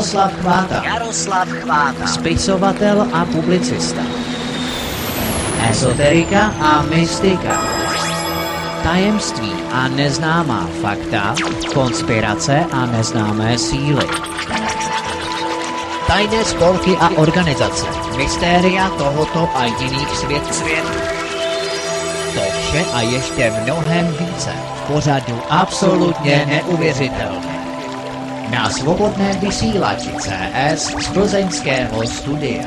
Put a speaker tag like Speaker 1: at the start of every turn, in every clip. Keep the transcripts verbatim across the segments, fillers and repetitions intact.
Speaker 1: Jaroslav Chváta.
Speaker 2: Jaroslav Chváta.
Speaker 1: Spisovatel a publicista. Ezoterika a mystika. Tajemství a neznámá fakta. Konspirace a neznámé síly. Tajné spolky a organizace. Mystéria tohoto a jiných světů. To vše a ještě mnohem více. Pořadu absolutně neuvěřitelné. Na svobodném vysílači C S z plzeňského studia.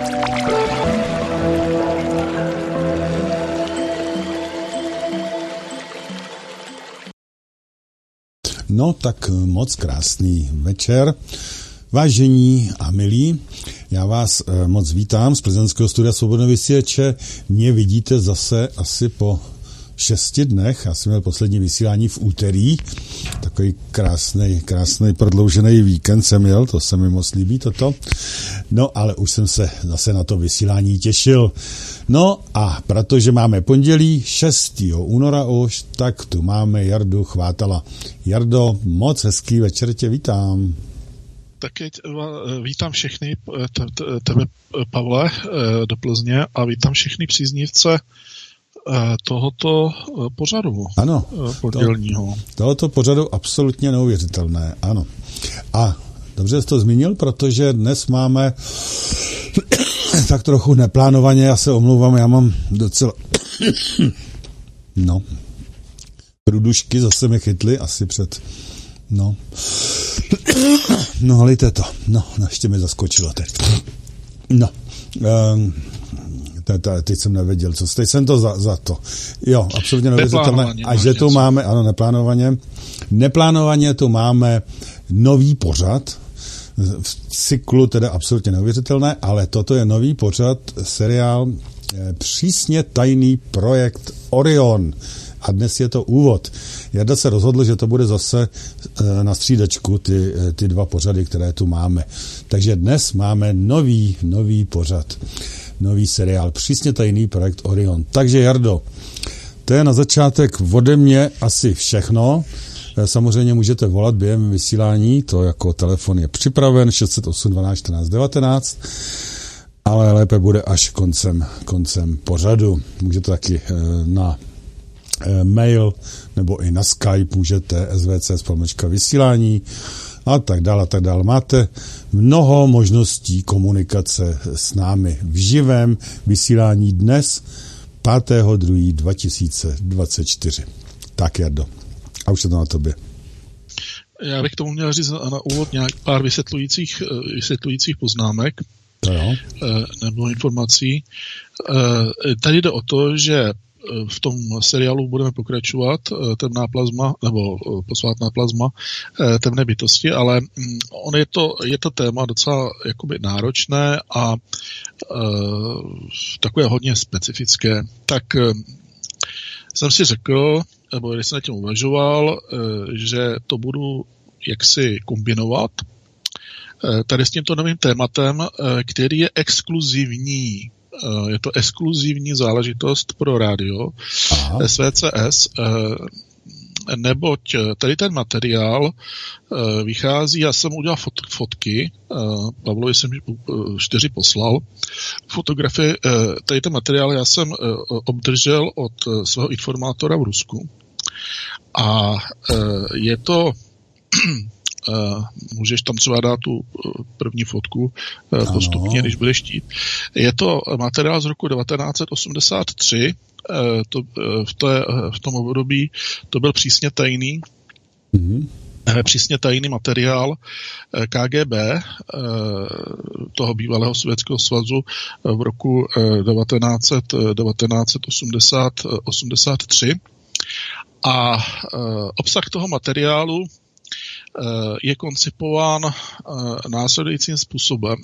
Speaker 3: No tak moc krásný večer. Vážení a milí, já vás eh, moc vítám z plzeňského studia Svobodného vysílače. Mě vidíte zase asi po šesti dnech. Já jsem měl poslední vysílání v úterý. Takový krásný, krásný prodloužený víkend jsem měl, to se mi moc líbí toto. No, ale už jsem se zase na to vysílání těšil. No a protože máme pondělí šestého února už, tak tu máme Jardu Chvátala. Jardo, moc hezký večer, tě vítám.
Speaker 4: Taky vítám všechny, tebe, Pavle, do Plzně a vítám všechny příznivce tohoto pořadu.
Speaker 3: Ano,
Speaker 4: pondělního.
Speaker 3: To, tohoto pořadu absolutně neuvěřitelné, ano. A dobře jsi to zmínil, protože dnes máme tak trochu neplánovaně, já se omlouvám, já mám docela no průdušky zase mi chytly asi před no no halejte to, no, ještě mi zaskočilo teď. No, um, teď jsem nevěděl, co teď jsem to za, za to. Jo, absolutně neuvěřitelné. A že tu máme, ano, neplánovaně, neplánovaně tu máme nový pořad v cyklu, teda absolutně neuvěřitelné, ale toto je nový pořad, seriál Přísně tajný projekt Orion. A dnes je to úvod. Jarda se rozhodl, že to bude zase na střídačku ty, ty dva pořady, které tu máme. Takže dnes máme nový, nový pořad. Nový seriál. Přísně tajný projekt Orion. Takže Jardo, to je na začátek ode mě asi všechno. Samozřejmě můžete volat během vysílání, to jako telefon je připraven, šest set osm dvanáct čtrnáct devatenáct, ale lépe bude až koncem, koncem pořadu. Můžete taky na mail nebo i na Skype, můžete svc společka vysílání a tak dále, a tak dále. Máte mnoho možností komunikace s námi v živém vysílání dnes pátého druhého dva tisíce dvacet čtyři. Tak, Jardo. A už je to na tobě.
Speaker 4: Já bych tomu měl říct na úvod nějak pár vysvětlujících, vysvětlujících poznámek
Speaker 3: to jo.
Speaker 4: nebo informací. Tady jde o to, že v tom seriálu budeme pokračovat temná plazma, nebo posvátná plazma temné bytosti, ale on je to, je to téma docela jakoby náročné a e, takové hodně specifické. Tak e, jsem si řekl, nebo když jsem na tím uvažoval, e, že to budu jaksi kombinovat e, tady s tímto novým tématem, e, který je exkluzivní. Je to exkluzivní záležitost pro rádio S V C S, neboť tady ten materiál vychází, já jsem udělal fot, fotky, Pavlovi jsem čtyři poslal, fotografie, tady ten materiál já jsem obdržel od svého informátora v Rusku a je to Uh, můžeš tam třeba dát tu uh, první fotku uh, postupně, když budeš chtít. Je to materiál z roku devatenáct set osmdesát tři, uh, to, uh, v, té, uh, v tom období to byl přísně tajný, mm-hmm. uh, přísně tajný materiál uh, K G B, uh, toho bývalého Sovětského svazu uh, v roku uh, devatenáct set osmdesát tři. A uh, obsah toho materiálu je koncipován následujícím způsobem.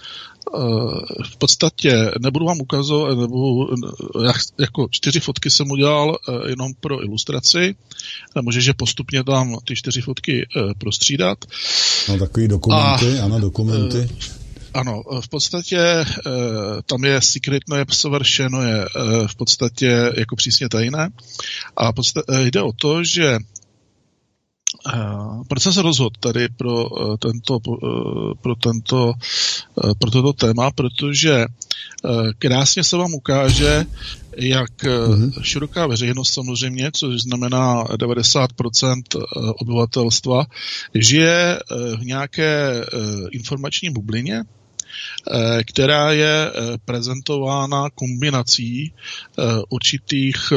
Speaker 4: V podstatě nebudu vám ukazovat, nebo jako čtyři fotky jsem udělal jenom pro ilustraci. Můžeš je postupně tam ty čtyři fotky prostřídat.
Speaker 3: No takový dokumenty, a, ano, dokumenty.
Speaker 4: Ano, v podstatě tam je secretné sovršeno, je v podstatě jako přísně tajné. A podstatě, jde o to, že proč jsem se rozhodl tady pro tento, pro tento, pro toto téma, protože krásně se vám ukáže, jak mm-hmm. široká veřejnost samozřejmě, což znamená devadesát procent obyvatelstva, žije v nějaké informační bublině, která je prezentována kombinací určitých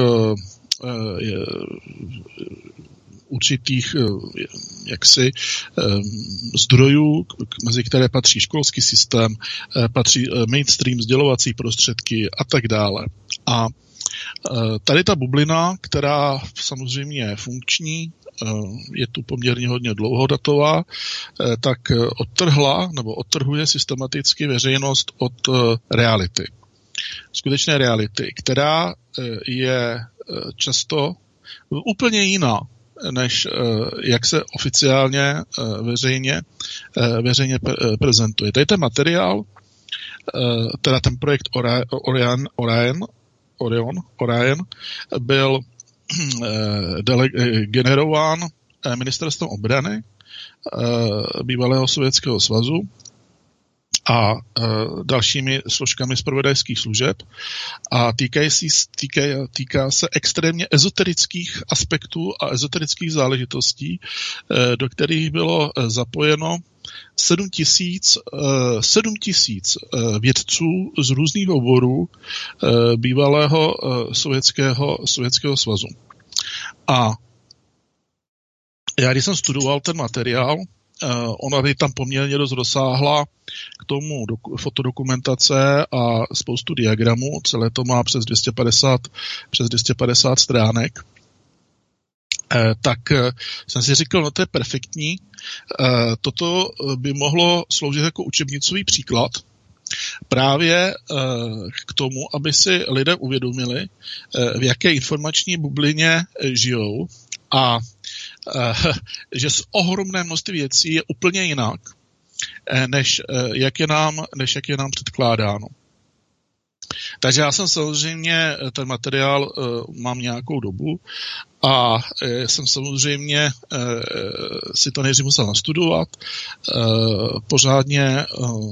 Speaker 4: určitých jaksi zdrojů, mezi které patří školský systém, patří mainstream, sdělovací prostředky a tak dále. A tady ta bublina, která samozřejmě je funkční, je tu poměrně hodně dlouhodatová, tak odtrhla nebo odtrhuje systematicky veřejnost od reality. Skutečné reality, která je často úplně jiná, než jak se oficiálně veřejně, veřejně prezentuje. Tady ten materiál, teda ten projekt Orion, Orion, Orion, Orion byl dele, generován ministerstvem obrany bývalého Sovětského svazu a e, dalšími složkami zpravodajských služeb a týkají si, týkají, týká se extrémně ezoterických aspektů a ezoterických záležitostí, e, do kterých bylo zapojeno sedm tisíc vědců z různých oborů e, bývalého e, sovětského, sovětského svazu. A já, když jsem studoval ten materiál, ona je tam poměrně dost rozsáhla k tomu doku, fotodokumentace a spoustu diagramů. Celé to má přes dvě stě padesát, přes dvě stě padesát stránek. Eh, tak eh, jsem si říkal, no to je perfektní. Eh, toto by mohlo sloužit jako učebnicový příklad právě eh, k tomu, aby si lidé uvědomili, eh, v jaké informační bublině eh, žijou a že z ohromné množství věcí je úplně jinak, než jak je nám, než jak je nám předkládáno. Takže já jsem samozřejmě, ten materiál mám nějakou dobu a jsem samozřejmě si to nejdřív musel nastudovat, pořádně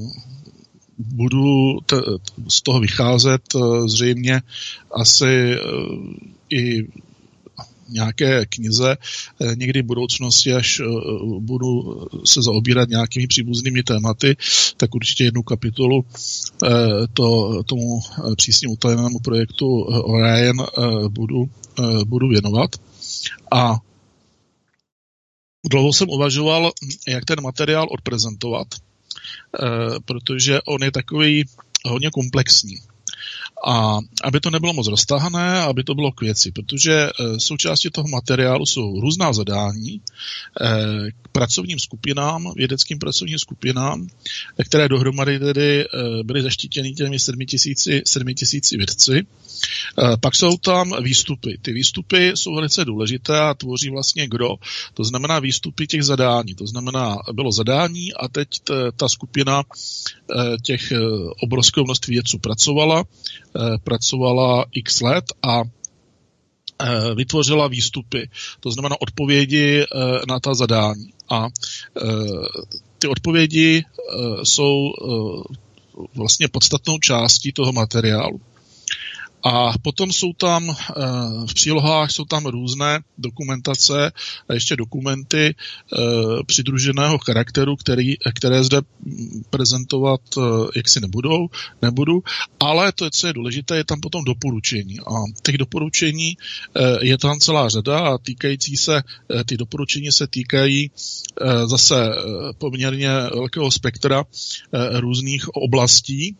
Speaker 4: budu t- z toho vycházet zřejmě asi i nějaké knize někdy v budoucnosti, až budu se zaobírat nějakými příbuznými tématy, tak určitě jednu kapitolu to, tomu přísně utajenému projektu Orion budu, budu věnovat. A dlouho jsem uvažoval, jak ten materiál odprezentovat, protože on je takový hodně komplexní. A aby to nebylo moc roztahané, aby to bylo k věci, protože součástí toho materiálu jsou různá zadání k pracovním skupinám, vědeckým pracovním skupinám, které dohromady tedy byly zaštítěny těmi sedmi tisíci vědci. Pak jsou tam výstupy. Ty výstupy jsou velice důležité a tvoří vlastně gro. To znamená výstupy těch zadání. To znamená, bylo zadání a teď t- ta skupina těch obrovského množství vědců pracovala, pracovala x let a vytvořila výstupy. To znamená odpovědi na ta zadání. A ty odpovědi jsou vlastně podstatnou částí toho materiálu. A potom jsou tam v přílohách jsou tam různé dokumentace a ještě dokumenty přidruženého charakteru, který, které zde prezentovat jaksi nebudou, nebudu, ale to, co je důležité, je tam potom doporučení. A těch doporučení je tam celá řada a týkající se, ty doporučení se týkají zase poměrně velkého spektra různých oblastí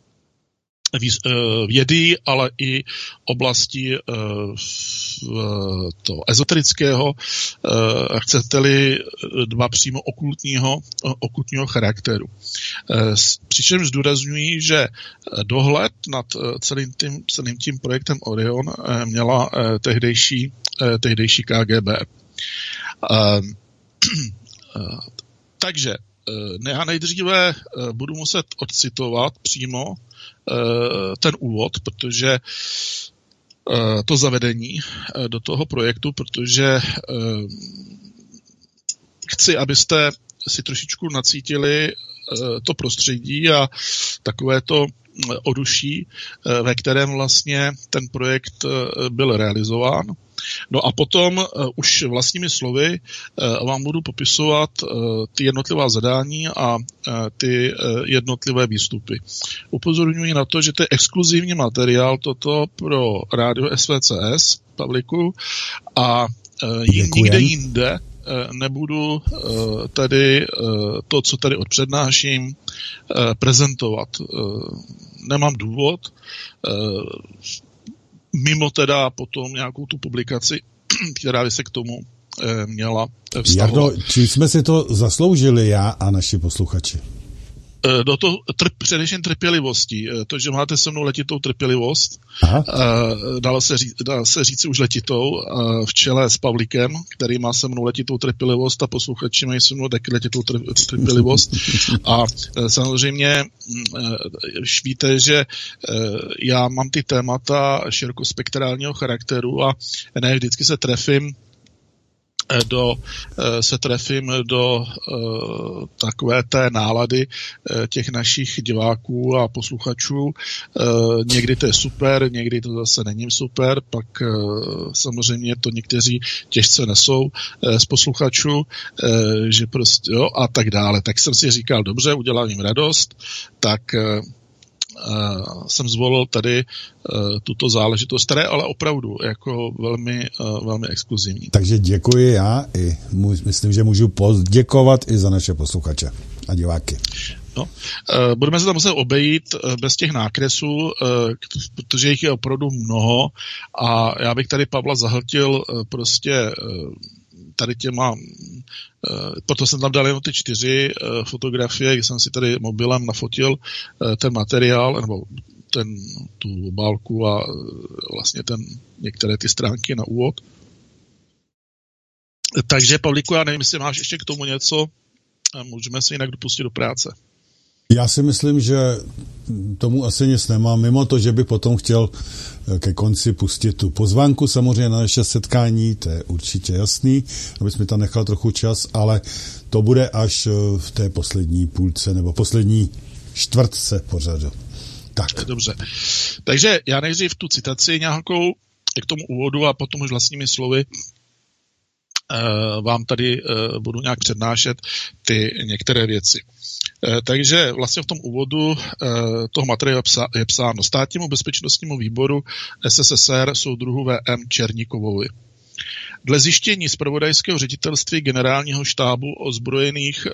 Speaker 4: vědy, ale i oblasti to ezoterického, chcete-li dva přímo okultního, okultního charakteru. Přičemž zdůrazňuji, že dohled nad celým tím, celým tím projektem Orion měla tehdejší, tehdejší K G B. Takže já nejdříve budu muset odcitovat přímo ten úvod, protože to zavedení do toho projektu, protože chci, abyste si trošičku nacítili to prostředí a takové to oduší, ve kterém vlastně ten projekt byl realizován. No a potom uh, už vlastními slovy uh, vám budu popisovat uh, ty jednotlivá zadání a uh, ty uh, jednotlivé výstupy. Upozorňuji na to, že to je exkluzivní materiál toto pro rádio S V C S, Pavliku, a uh, nikde jinde uh, nebudu uh, tady uh, to, co tady odpřednáším, uh, prezentovat. Uh, nemám důvod, uh, mimo teda potom nějakou tu publikaci, která by se k tomu e, měla vztahovat.
Speaker 3: Jardo, čím jsme si to zasloužili já a naši posluchači?
Speaker 4: E, do toho trp, především trpělivostí. E, to, že máte se mnou letitou trpělivost, e, dalo se, ří, dalo se říct už letitou, e, v čele s Pavlíkem, který má se mnou letitou trpělivost a posluchači mají se mnou taky letitou trpělivost. A e, samozřejmě e, víte, že e, já mám ty témata širokospektrálního charakteru a ne vždycky se trefím do, se trefím do uh, takové té nálady uh, těch našich diváků a posluchačů. Uh, někdy to je super, někdy to zase není super, pak uh, samozřejmě to někteří těžce nesou uh, z posluchačů, uh, že prostě jo, a tak dále. Tak jsem si říkal, dobře, udělám jim radost, tak uh, Uh, jsem zvolil tady uh, tuto záležitost, která je ale opravdu jako velmi, uh, velmi exkluzivní.
Speaker 3: Takže děkuji já i můj, myslím, že můžu poděkovat i za naše posluchače a diváky.
Speaker 4: No, uh, budeme se tam muset obejít uh, bez těch nákresů, uh, protože jich je opravdu mnoho a já bych tady Pavla zahltil uh, prostě uh, tady těma, proto jsem tam dal jenom ty čtyři fotografie, když jsem si tady mobilem nafotil ten materiál, nebo ten, tu obálku a vlastně ten, některé ty stránky na úvod. Takže, Pavlíku, já nevím, jestli máš ještě k tomu něco, můžeme se jinak dopustit do práce.
Speaker 3: Já si myslím, že tomu asi nic nemám, mimo to, že bych potom chtěl ke konci pustit tu pozvánku samozřejmě na naše setkání, to je určitě jasný, abys mi tam nechal trochu čas, ale to bude až v té poslední půlce nebo poslední čtvrtce pořadu. Tak.
Speaker 4: Dobře. Takže já nejdřív tu citaci nějakou k tomu úvodu a potom už vlastními slovy vám tady budu nějak přednášet ty některé věci. Takže vlastně v tom úvodu toho materiálu je psáno: Státnímu bezpečnostnímu výboru S S S R soudruhu V M Černíkovovi. Dle zjištění zpravodajského ředitelství generálního štábu ozbrojených,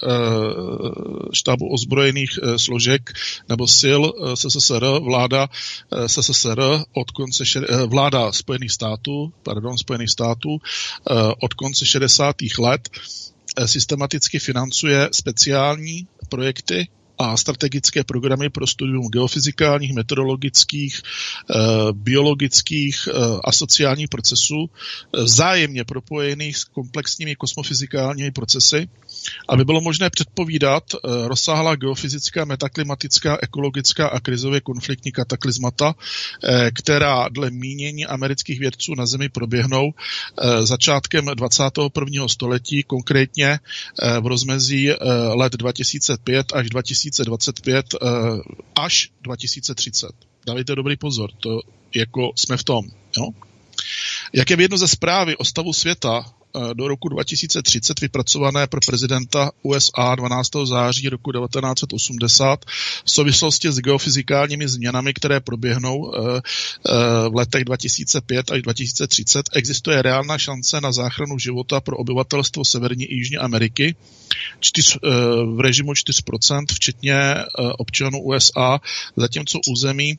Speaker 4: štábu ozbrojených složek nebo sil S S S R, vláda S S S R od konce, vláda Spojených států, pardon, Spojených států od konce šedesátých let systematicky financuje speciální projekty a strategické programy pro studium geofyzikálních, meteorologických, biologických a sociálních procesů vzájemně propojených s komplexními kosmofyzikálními procesy, aby bylo možné předpovídat rozsáhlá geofyzická, metaklimatická, ekologická a krizově konfliktní kataklizmata, která dle mínění amerických vědců na Zemi proběhnou začátkem dvacátého prvního století, konkrétně v rozmezí let dva tisíce pět až dva tisíce dvacet pět až dva tisíce třicet. Dávejte dobrý pozor, to jako jsme v tom. Jo? Jak je jedno ze zprávy o stavu světa do roku dva tisíce třicet vypracované pro prezidenta U S A dvanáctého září roku devatenáct set osmdesát v souvislosti s geofyzikálními změnami, které proběhnou v letech dva tisíce pět až dva tisíce třicet, existuje reálná šance na záchranu života pro obyvatelstvo Severní i Jižní Ameriky čtyř, v režimu čtyři procenta, včetně občanů U S A, zatímco území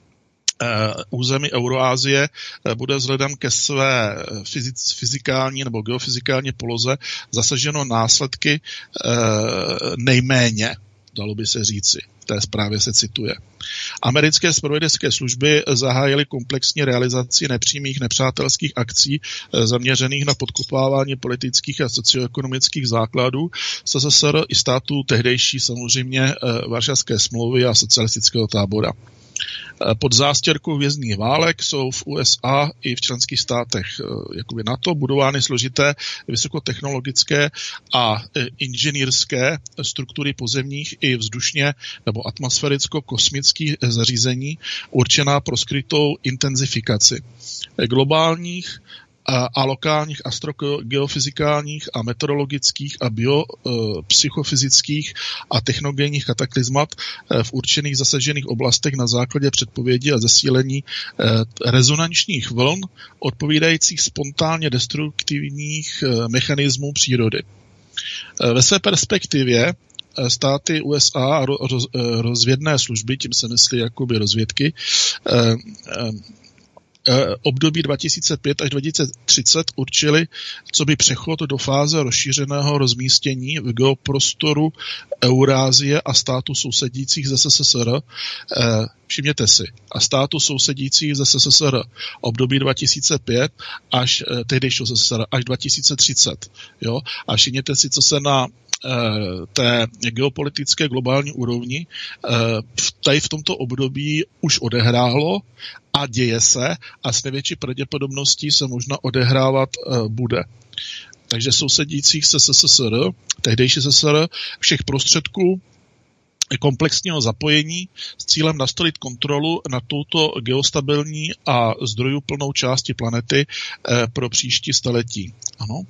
Speaker 4: Uh, území Euroázie uh, bude vzhledem ke své fyzic, fyzikální nebo geofyzikální poloze zasaženo následky uh, nejméně, dalo by se říci. V té zprávě se cituje. Americké zpravodajské služby zahájily komplexní realizaci nepřímých nepřátelských akcí uh, zaměřených na podkopávání politických a socioekonomických základů S S S R i států tehdejší samozřejmě uh, Varšavské smlouvy a socialistického tábora. Pod zástěrkou vězných válek jsou v U S A i v členských státech jakoby NATO budovány složité vysokotechnologické a inženýrské struktury pozemních i vzdušně nebo atmosféricko-kosmických zařízení určená pro skrytou intenzifikaci globálních a lokálních astrogeofyzikálních a meteorologických a biopsychofyzických a technogenních kataklizmat v určených zasažených oblastech na základě předpovědi a zesílení rezonančních vln odpovídajících spontánně destruktivních mechanismů přírody. Ve své perspektivě státy U S A a rozvědné služby, tím se myslí jakoby rozvědky, období dva tisíce pět až dva tisíce třicet určili, co by přechod do fáze rozšířeného rozmístění v geoprostoru Eurázie a států sousedících ze S S S R. Všimněte si, a států sousedících ze S S S R období dva tisíce pět až tehdejšího S S S R až dva tisíce třicet. Jo? A všimněte si, co se na té geopolitické globální úrovni tady v tomto období už odehrálo a děje se a s největší pravděpodobností se možná odehrávat bude. Takže sousedících se S S S R, tehdejší S S S R, všech prostředků komplexního zapojení s cílem nastolit kontrolu nad touto geostabilní a zdrojů plnou části planety pro příští staletí. Ano.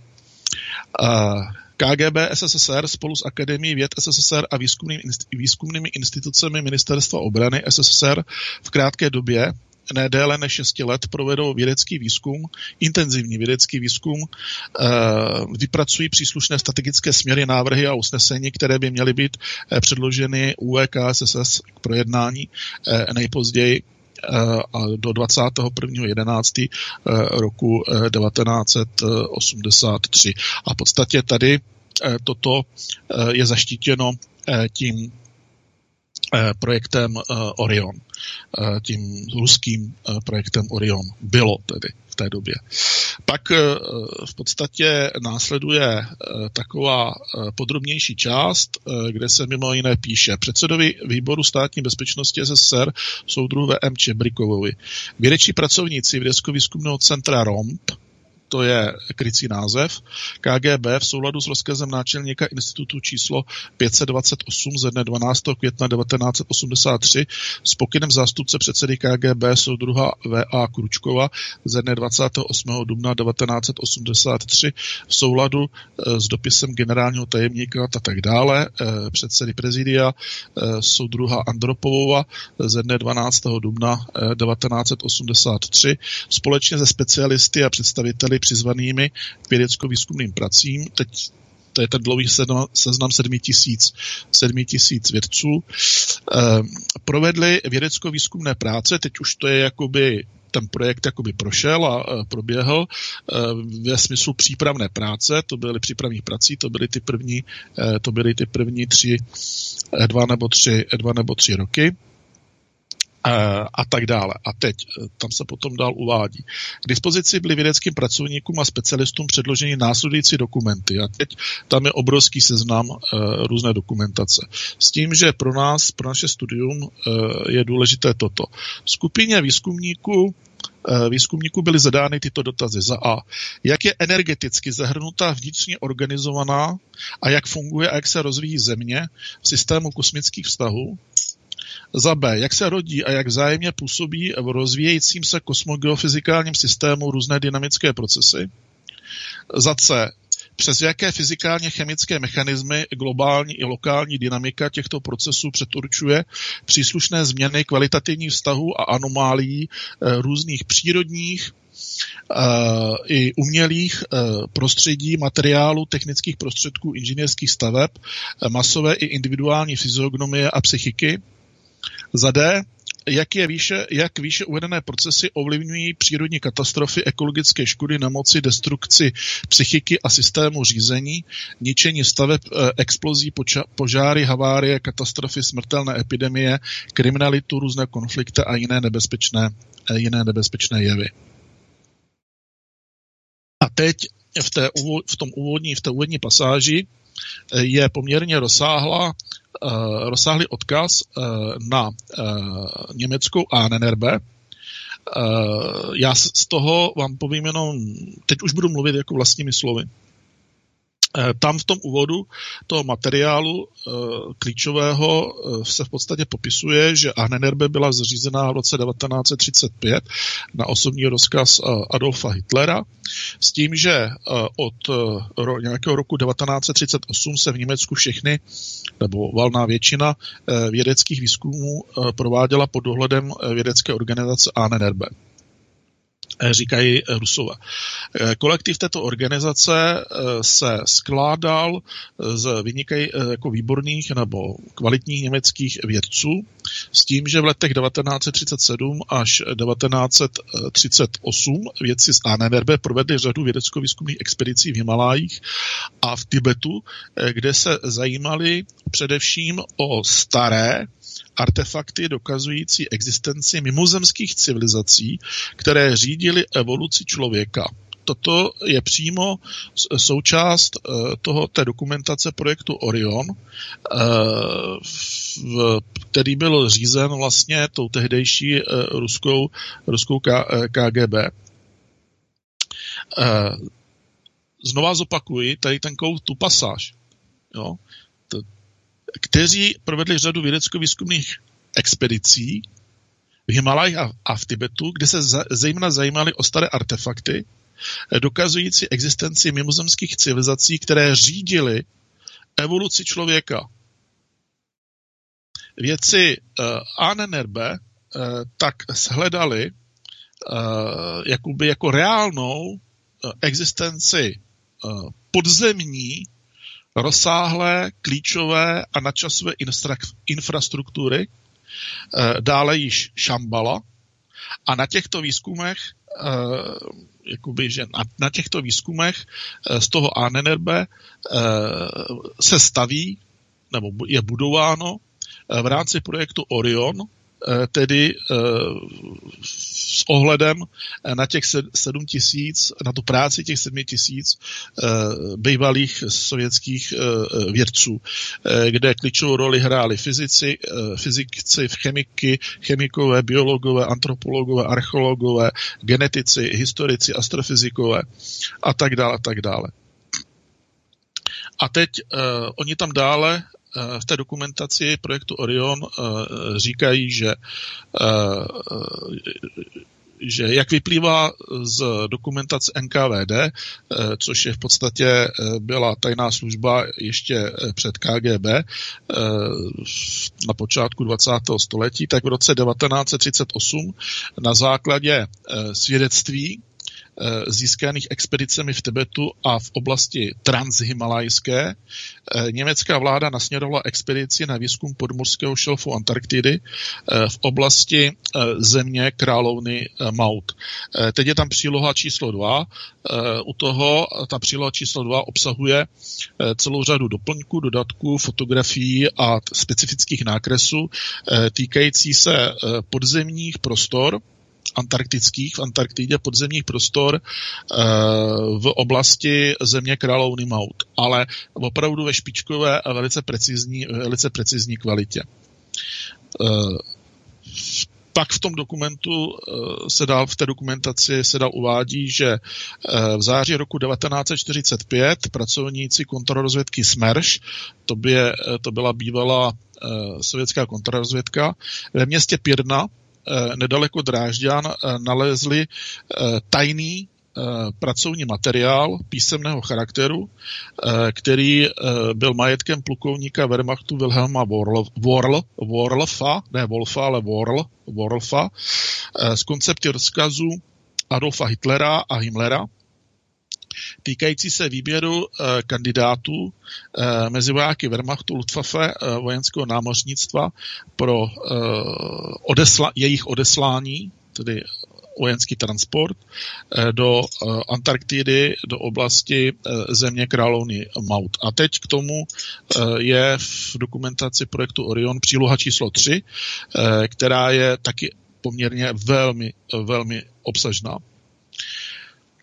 Speaker 4: K G B S S S R spolu s Akademií věd S S S R a výzkumnými, výzkumnými institucemi Ministerstva obrany S S S R v krátké době, ne déle než šesti let, provedou vědecký výzkum, intenzivní vědecký výzkum, vypracují příslušné strategické směry, návrhy a usnesení, které by měly být předloženy U E K S S S k projednání nejpozději do dvacátého prvního jedenáctého roku devatenáct set osmdesát tři. A v podstatě tady toto je zaštítěno tím projektem Orion, tím ruským projektem Orion. Bylo tedy v té době. Pak v podstatě následuje taková podrobnější část, kde se mimo jiné píše předsedovi výboru státní bezpečnosti S S S R soudruhu V M Čebrikovovi. Vědečtí pracovníci Vědecko-výzkumného centra R O M P, to je krycí název, K G B v souladu s rozkazem náčelníka institutu číslo pět set dvacet osm ze dne dvanáctého května devatenáct set osmdesát tři s pokynem zástupce předsedy K G B soudruha V A Kručkova ze dne dvacátého osmého dubna devatenáct set osmdesát tři v souladu s dopisem generálního tajemníka a tak dále předsedy prezidia soudruha Andropovova ze dne dvanáctého dubna devatenáct set osmdesát tři společně se specialisty a představiteli přizvanými k vědecko-výzkumným pracím. Teď to je ten dlouhý seznam sedmi tisíc, sedmi tisíc vědců. Eh, provedli vědecko-výzkumné práce, teď už to je jakoby ten projekt jakoby prošel a e, proběhl e, ve smyslu přípravné práce, to byly přípravní prací, to byly ty první, e, to byly ty první tři, e, dva nebo tři, dva nebo tři roky. A tak dále. A teď tam se potom dál uvádí. K dispozici byly vědeckým pracovníkům a specialistům předloženy následující dokumenty. A teď tam je obrovský seznam e, různé dokumentace. S tím, že pro nás, pro naše studium e, je důležité toto. Skupině výzkumníků Výzkumníků byly zadány tyto dotazy. Za A. Jak je energeticky zahrnutá vnitřně organizovaná a jak funguje a jak se rozvíjí Země v systému kosmických vztahů? Za B. Jak se rodí a jak vzájemně působí v rozvíjejícím se kosmogeofyzikálním systému různé dynamické procesy? Za C. Přes jaké fyzikálně chemické mechanismy globální i lokální dynamika těchto procesů předurčuje příslušné změny kvalitativních vztahů a anomálií různých přírodních i umělých prostředí, materiálů, technických prostředků, inženýrských staveb, masové i individuální fyziognomie a psychiky? Za D. Jak, je výše, jak výše uvedené procesy ovlivňují přírodní katastrofy, ekologické škody, nemoci, destrukci psychiky a systému řízení, ničení staveb, explozí, poča, požáry, havárie, katastrofy, smrtelné epidemie, kriminalitu, různé konflikty a jiné nebezpečné, jiné nebezpečné jevy. A teď v té, v tom úvodní, v té úvodní pasáži je poměrně rozsáhlá rozsáhlý odkaz na německou Ahnenerbe. Já z toho vám povím jenom, teď už budu mluvit jako vlastními slovy. Tam v tom úvodu toho materiálu e, klíčového e, se v podstatě popisuje, že Ahnenerbe byla zřízená v roce devatenáct set třicet pět na osobní rozkaz e, Adolfa Hitlera, s tím, že e, od e, ro, nějakého roku devatenáct set třicet osm se v Německu všechny, nebo valná většina e, vědeckých výzkumů e, prováděla pod dohledem vědecké organizace Ahnenerbe. Říkají Rusové. Kolektiv této organizace se skládal z vynikají jako výborných nebo kvalitních německých vědců s tím, že v letech devatenáct set třicet sedm až devatenáct set třicet osm vědci z Ahnenerbe provedli řadu vědecko-výzkumných expedicí v Himalájích a v Tibetu, kde se zajímali především o staré artefakty dokazující existenci mimozemských civilizací, které řídily evoluci člověka. Toto je přímo součást toho, té dokumentace projektu Orion, který byl řízen vlastně tou tehdejší ruskou, ruskou K G B. Znova zopakuji tady ten tu pasáž. Jo? Kteří provedli řadu vědecko-výzkumných expedicí v Himalajích a v Tibetu, kde se zejména zajímali o staré artefakty, dokazující existenci mimozemských civilizací, které řídily evoluci člověka. Vědci uh, Ahnenerbe uh, tak shledali uh, jakoby jako reálnou uh, existenci uh, podzemní rozsáhlé, klíčové a nadčasové infrastruktury, dále již Šambala, a na těchto výzkumech, jakoby, že na, na těchto výzkumech z toho Ahnenerbe se staví, nebo je budováno v rámci projektu Orion, tedy s ohledem na těch sedm tisíc, na tu práci těch sedm tisíc bývalých sovětských vědců, kde klíčovou roli hráli fyzici, fyzici, chemiky, chemikové, biologové, antropologové, archeologové, genetici, historici, astrofyzikové a tak dále, a tak dále. A teď oni tam dále v té dokumentaci projektu Orion říkají, že, že jak vyplývá z dokumentace N K V D, což je v podstatě byla tajná služba ještě před K G B na počátku dvacátého století, tak v roce devatenáct set třicet osm na základě svědectví získaných expedicemi v Tibetu a v oblasti transhimalajské německá vláda nasměrovala expedici na výzkum podmořského šelfu Antarktidy v oblasti země královny Maut. Teď je tam příloha číslo dva. U toho ta příloha číslo dva obsahuje celou řadu doplňků, dodatků, fotografií a specifických nákresů týkající se podzemních prostor antarktických, v Antarktidě podzemních prostor v oblasti země královny Maut, ale opravdu ve špičkové a velice precizní, velice precizní kvalitě. Pak v tom dokumentu se dál, v té dokumentaci se dál uvádí, že v září roku devatenáct set čtyřicet pět pracovníci kontrarozvědky Smerš, to, by, to byla bývalá sovětská kontrarozvědka, ve městě Pirna nedaleko Drážďan nalezli tajný pracovní materiál písemného charakteru, který byl majetkem plukovníka Wehrmachtu Wilhelma Worl, Worlfa, ne Wolfa, ale Worl, Worlfa, z koncepty rozkazu Adolfa Hitlera a Himmlera, týkající se výběru eh, kandidátů eh, mezi vojáky Wehrmachtu, Luftwaffe, eh, vojenského námořnictva pro eh, odesla, jejich odeslání, tedy vojenský transport, eh, do eh, Antarktidy, do oblasti eh, země královny Maut. A teď k tomu eh, je v dokumentaci projektu Orion příloha číslo tři, eh, která je taky poměrně velmi, velmi obsažná.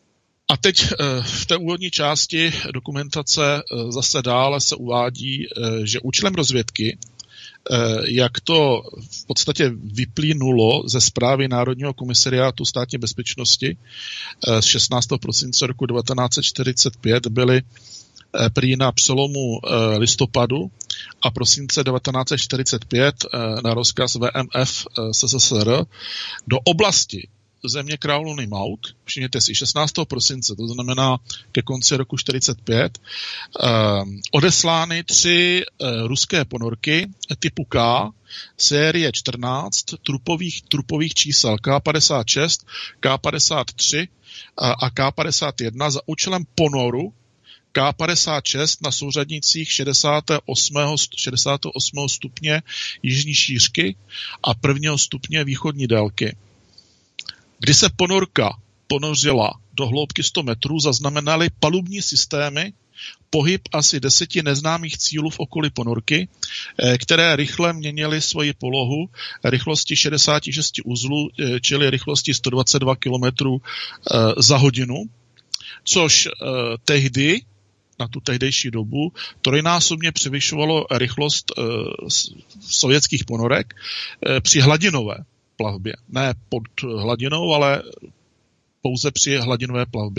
Speaker 4: A teď v té úvodní části dokumentace zase dále se uvádí, že účelem rozvědky, jak to v podstatě vyplynulo ze zprávy Národního komisariátu státní bezpečnosti z šestnáctého prosince roku devatenáct set čtyřicet pět, byly prý na přelomu listopadu a prosince devatenáct set čtyřicet pět na rozkaz V M F S S S R do oblasti země královny Maud, všimněte si, šestnáctého prosince, to znamená ke konci roku čtyřicet pět, eh, odeslány tři eh, ruské ponorky typu K, série čtrnáct, trupových, trupových čísel K padesát šest, K padesát tři a, a K padesát jedna za účelem ponoru K padesát šest na souřadnicích šedesátého osmého stupně jižní šířky a prvního stupně východní délky. Kdy se ponorka ponořila do hloubky sto metrů, zaznamenaly palubní systémy pohyb asi deseti neznámých cílů v okolí ponorky, které rychle měnily svoji polohu rychlosti šedesát šest uzlů, čili rychlosti sto dvacet dva kilometrů za hodinu, což tehdy, na tu tehdejší dobu, trojnásobně převyšovalo rychlost sovětských ponorek při hladinové plavbě. Ne pod hladinou, ale pouze při hladinové plavbě.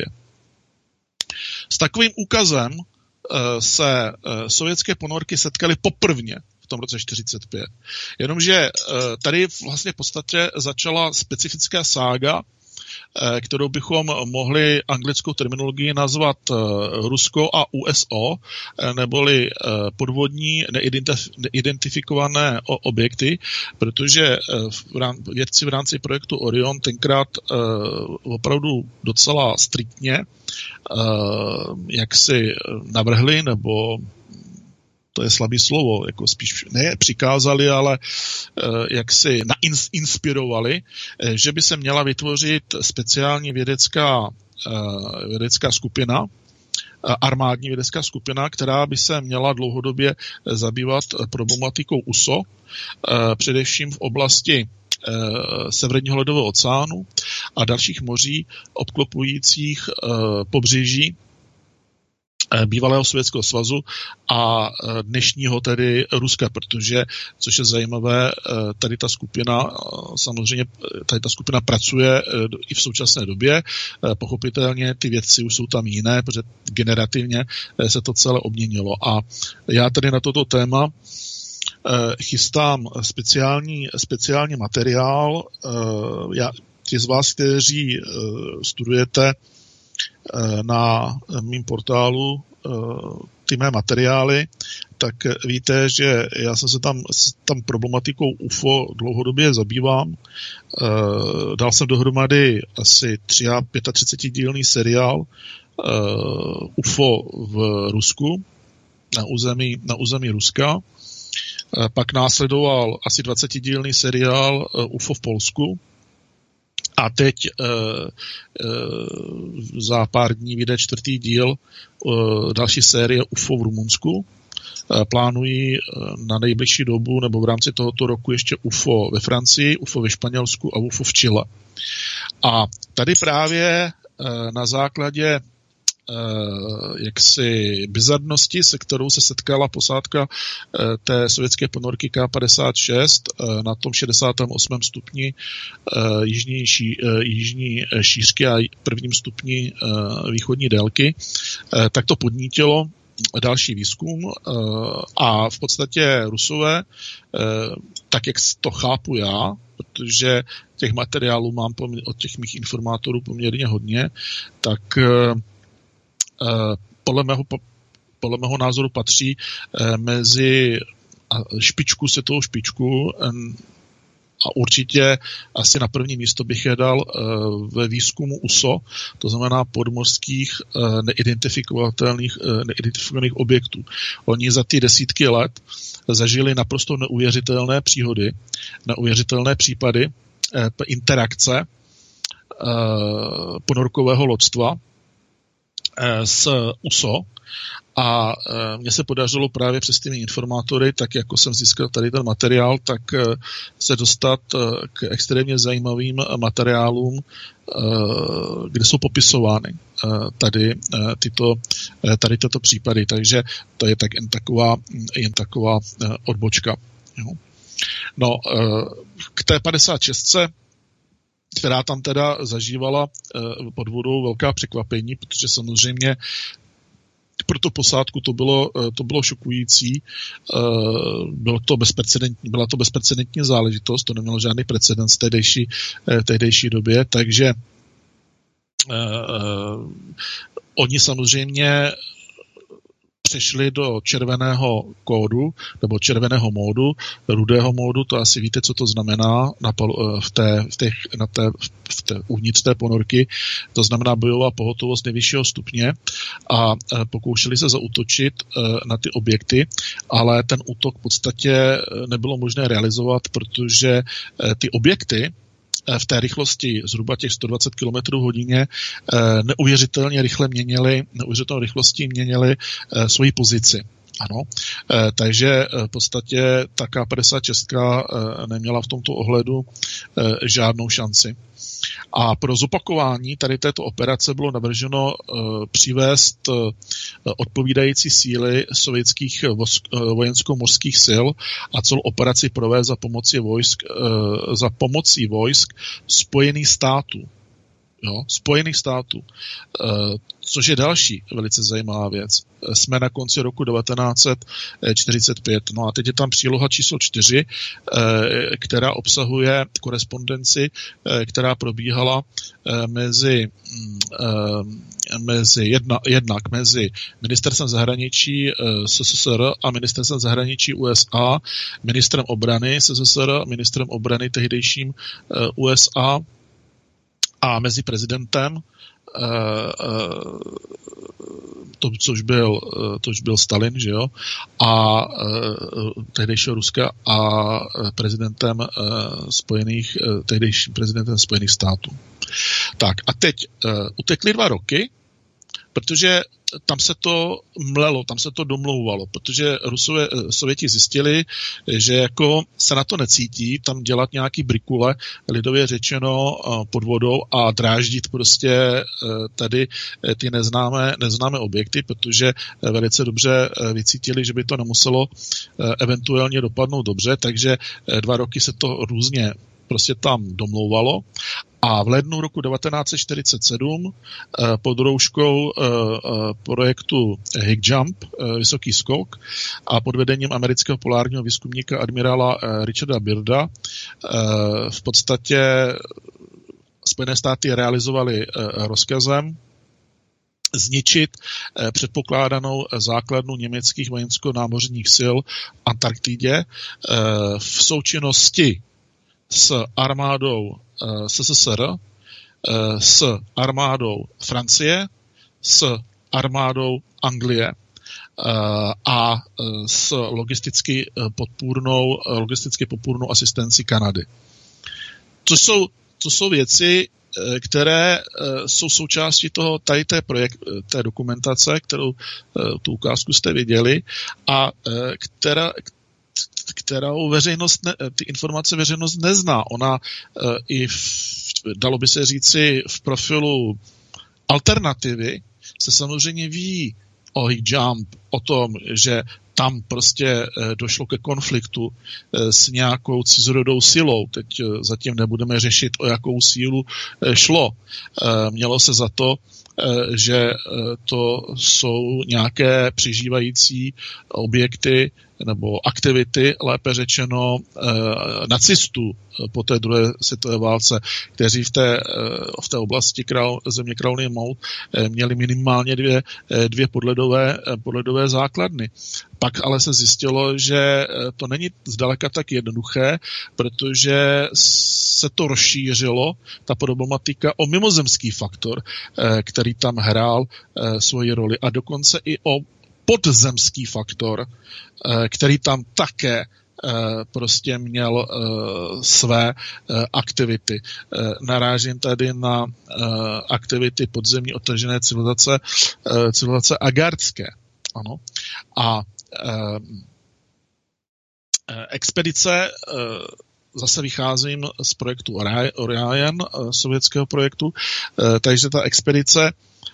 Speaker 4: S takovým úkazem se sovětské ponorky setkaly poprvně v tom roce čtyřicet pět. Jenomže tady vlastně v podstatě začala specifická sága, kterou bychom mohli anglickou terminologii nazvat Rusko a U S O, neboli podvodní neidentifikované objekty, protože vědci v rámci projektu Orion tenkrát opravdu docela striktně jak si navrhli, nebo to je slabý slovo, jako spíš ne přikázali, ale jak si nainspirovali, že by se měla vytvořit speciální vědecká, vědecká skupina, armádní vědecká skupina, která by se měla dlouhodobě zabývat problematikou U S O, především v oblasti Severního ledového oceánu a dalších moří obklopujících pobřeží bývalého Sovětského svazu a dnešního tedy Ruska, protože, což je zajímavé, tady ta skupina, samozřejmě tady ta skupina pracuje i v současné době, pochopitelně ty vědci už jsou tam jiné, protože generativně se to celé obměnilo. A já tady na toto téma chystám speciální, speciální materiál. Já, ti z vás, kteří studujete na mým portálu ty mé materiály, tak víte, že já jsem se tam, tam problematikou U F O dlouhodobě zabývám. Dal jsem dohromady asi třicet pět dílný seriál U F O v Rusku, na území, na území Ruska. Pak následoval asi dvacetidílný seriál U F O v Polsku. A teď e, e, za pár dní vyjde čtvrtý díl e, další série U F O v Rumunsku. E, plánují e, na nejbližší dobu nebo v rámci tohoto roku ještě U F O ve Francii, U F O ve Španělsku a U F O v Chile. A tady právě e, na základě jaksi bizarnosti, se kterou se setkala posádka té sovětské ponorky K padesát šest na tom šedesátém osmém stupni jižní, jižní šířky a prvním stupni východní délky, tak to podnítilo další výzkum a v podstatě Rusové, tak jak to chápu já, protože těch materiálů mám od těch mých informátorů poměrně hodně, tak podle mého, podle mého názoru patří mezi špičku, světovou špičku a určitě asi na první místo bych je dal ve výzkumu U S O, to znamená podmořských neidentifikovatelných, neidentifikovaných objektů. Oni za ty desítky let zažili naprosto neuvěřitelné příhody, neuvěřitelné případy interakce ponorkového loďstva z U S O a mně se podařilo právě přes těmi informátory, tak jako jsem získal tady ten materiál, tak se dostat k extrémně zajímavým materiálům, kde jsou popisovány tady tyto, tady tyto případy. Takže to je tak jen taková, jen taková odbočka. No, k té padesát šest, která tam teda zažívala pod vodou velká překvapení, protože samozřejmě pro tu posádku to bylo, to bylo šokující. Bylo to bezprecedentní, byla to bezprecedentní záležitost, to nemělo žádný precedens v tehdejší, tehdejší době, takže uh, oni samozřejmě přešli do červeného kódu, nebo červeného módu, rudého módu, to asi víte, co to znamená na, v té, v těch, na té, v té, uvnitř té ponorky, to znamená bojová pohotovost nejvyššího stupně a pokoušeli se zaútočit na ty objekty, ale ten útok v podstatě nebylo možné realizovat, protože ty objekty v té rychlosti zhruba těch sto dvacet kilometrů hodině neuvěřitelně rychle měnili, neuvěřitelnou rychlostí měnili svoji pozici. Ano, takže v podstatě ta K padesát šest neměla v tomto ohledu žádnou šanci. A pro zopakování tady této operace bylo navrženo uh, přivést uh, odpovídající síly sovětských uh, vojensko-mořských sil a celou operaci provést za pomocí vojsk, uh, za pomocí vojsk Spojených států. Jo, Spojených států. Uh, což je další velice zajímavá věc. Jsme na konci roku devatenáct set čtyřicet pět. No a teď je tam příloha číslo čtyři, která obsahuje korespondenci, která probíhala mezi, mezi jedna, jednak mezi ministerstvem zahraničí S S S R a ministerstvem zahraničí U S A, ministrem obrany S S S R, ministrem obrany tehdejším U S A a mezi prezidentem to, což byl, což byl Stalin, že jo, a tehdejšího Ruska a prezidentem spojených, tehdejším prezidentem Spojených států. Tak a teď utekly dva roky, protože tam se to mlelo, tam se to domlouvalo, protože Rusové, Sověti zjistili, že jako se na to necítí, tam dělat nějaký brikule, lidově řečeno pod vodou a dráždit prostě tady ty neznámé, neznámé objekty, protože velice dobře vycítili, že by to nemuselo eventuálně dopadnout dobře, takže dva roky se to různě prostě tam domlouvalo. A v lednu roku devatenáct set čtyřicet sedm pod rouškou projektu High Jump, vysoký skok, a pod vedením amerického polárního výzkumníka admirála Richarda Byrda v podstatě Spojené státy realizovaly rozkazem zničit předpokládanou základnu německých vojensko-námořních sil v Antarktidě v součinnosti s armádou S S S R, s armádou Francie, s armádou Anglie a s logisticky podpůrnou, logisticky podpůrnou asistencí Kanady. To jsou, to jsou věci, které jsou součástí toho, tady té, projekt, té dokumentace, kterou tu ukázku jste viděli, a která, kterou veřejnost, ne, ty informace veřejnost nezná. Ona uh, i, v, dalo by se říci, v profilu Alternativy se samozřejmě ví o High Jump, o tom, že tam prostě uh, došlo ke konfliktu uh, s nějakou cizorodou silou. Teď uh, zatím nebudeme řešit, o jakou sílu uh, šlo. Uh, mělo se za to, že to jsou nějaké přežívající objekty nebo aktivity, lépe řečeno, nacistů po té druhé světové válce, kteří v té, v té oblasti král, země Králný Mout měli minimálně dvě, dvě podledové, podledové základny. Pak ale se zjistilo, že to není zdaleka tak jednoduché, protože se to rozšířilo, ta problematika, o mimozemský faktor, který tam hrál svoji roli, a dokonce i o podzemský faktor, který tam také prostě měl své aktivity. Narážím tady na aktivity podzemní odtržené civilizace, civilizace agardské. Ano. A expedice, zase vycházím z projektu Orion, sovětského projektu, takže ta expedice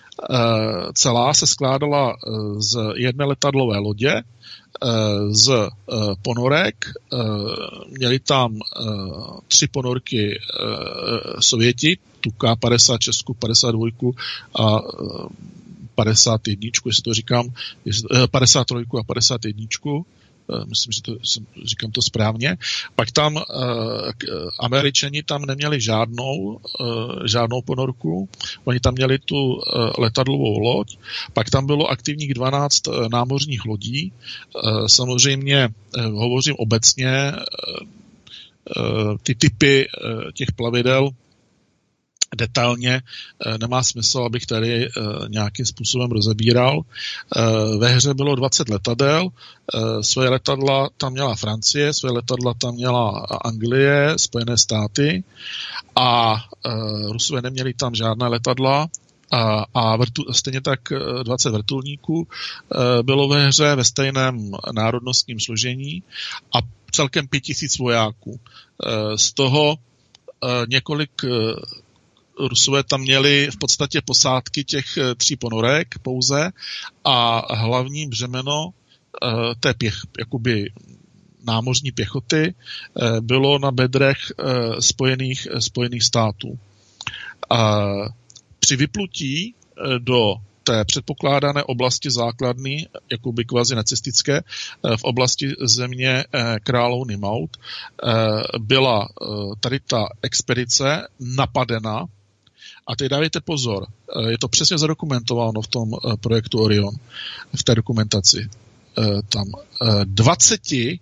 Speaker 4: celá se skládala z jedné letadlové lodě, z ponorek, měli tam tři ponorky Sověti, tu K padesát šest, padesát dva a padesát jedna, jestli to říkám, padesát tři a padesát jedna, myslím, že to, říkám to správně. Pak tam uh, Američani tam neměli žádnou, uh, žádnou ponorku, oni tam měli tu uh, letadlovou loď, pak tam bylo aktivních dvanáct uh, námořních lodí, uh, samozřejmě uh, hovořím obecně, uh, uh, ty typy uh, těch plavidel detailně nemá smysl, abych tady nějakým způsobem rozebíral. Ve hře bylo dvacet letadel, svoje letadla tam měla Francie, svoje letadla tam měla Anglie, Spojené státy a Rusové neměli tam žádné letadla a, a vrtu, stejně tak dvacet vrtulníků bylo ve hře ve stejném národnostním složení a celkem pět tisíc vojáků. Z toho několik Rusové tam měli v podstatě posádky těch tří ponorek pouze a hlavní břemeno té pěch, jakoby námořní pěchoty bylo na bedrech spojených, spojených států. A při vyplutí do té předpokládané oblasti základny, jakoby kvazi nacistické, v oblasti země Královny Maut, byla tady ta expedice napadena. A teď dávejte pozor, je to přesně zadokumentováno v tom projektu Orion, v té dokumentaci. Tam dvaceti,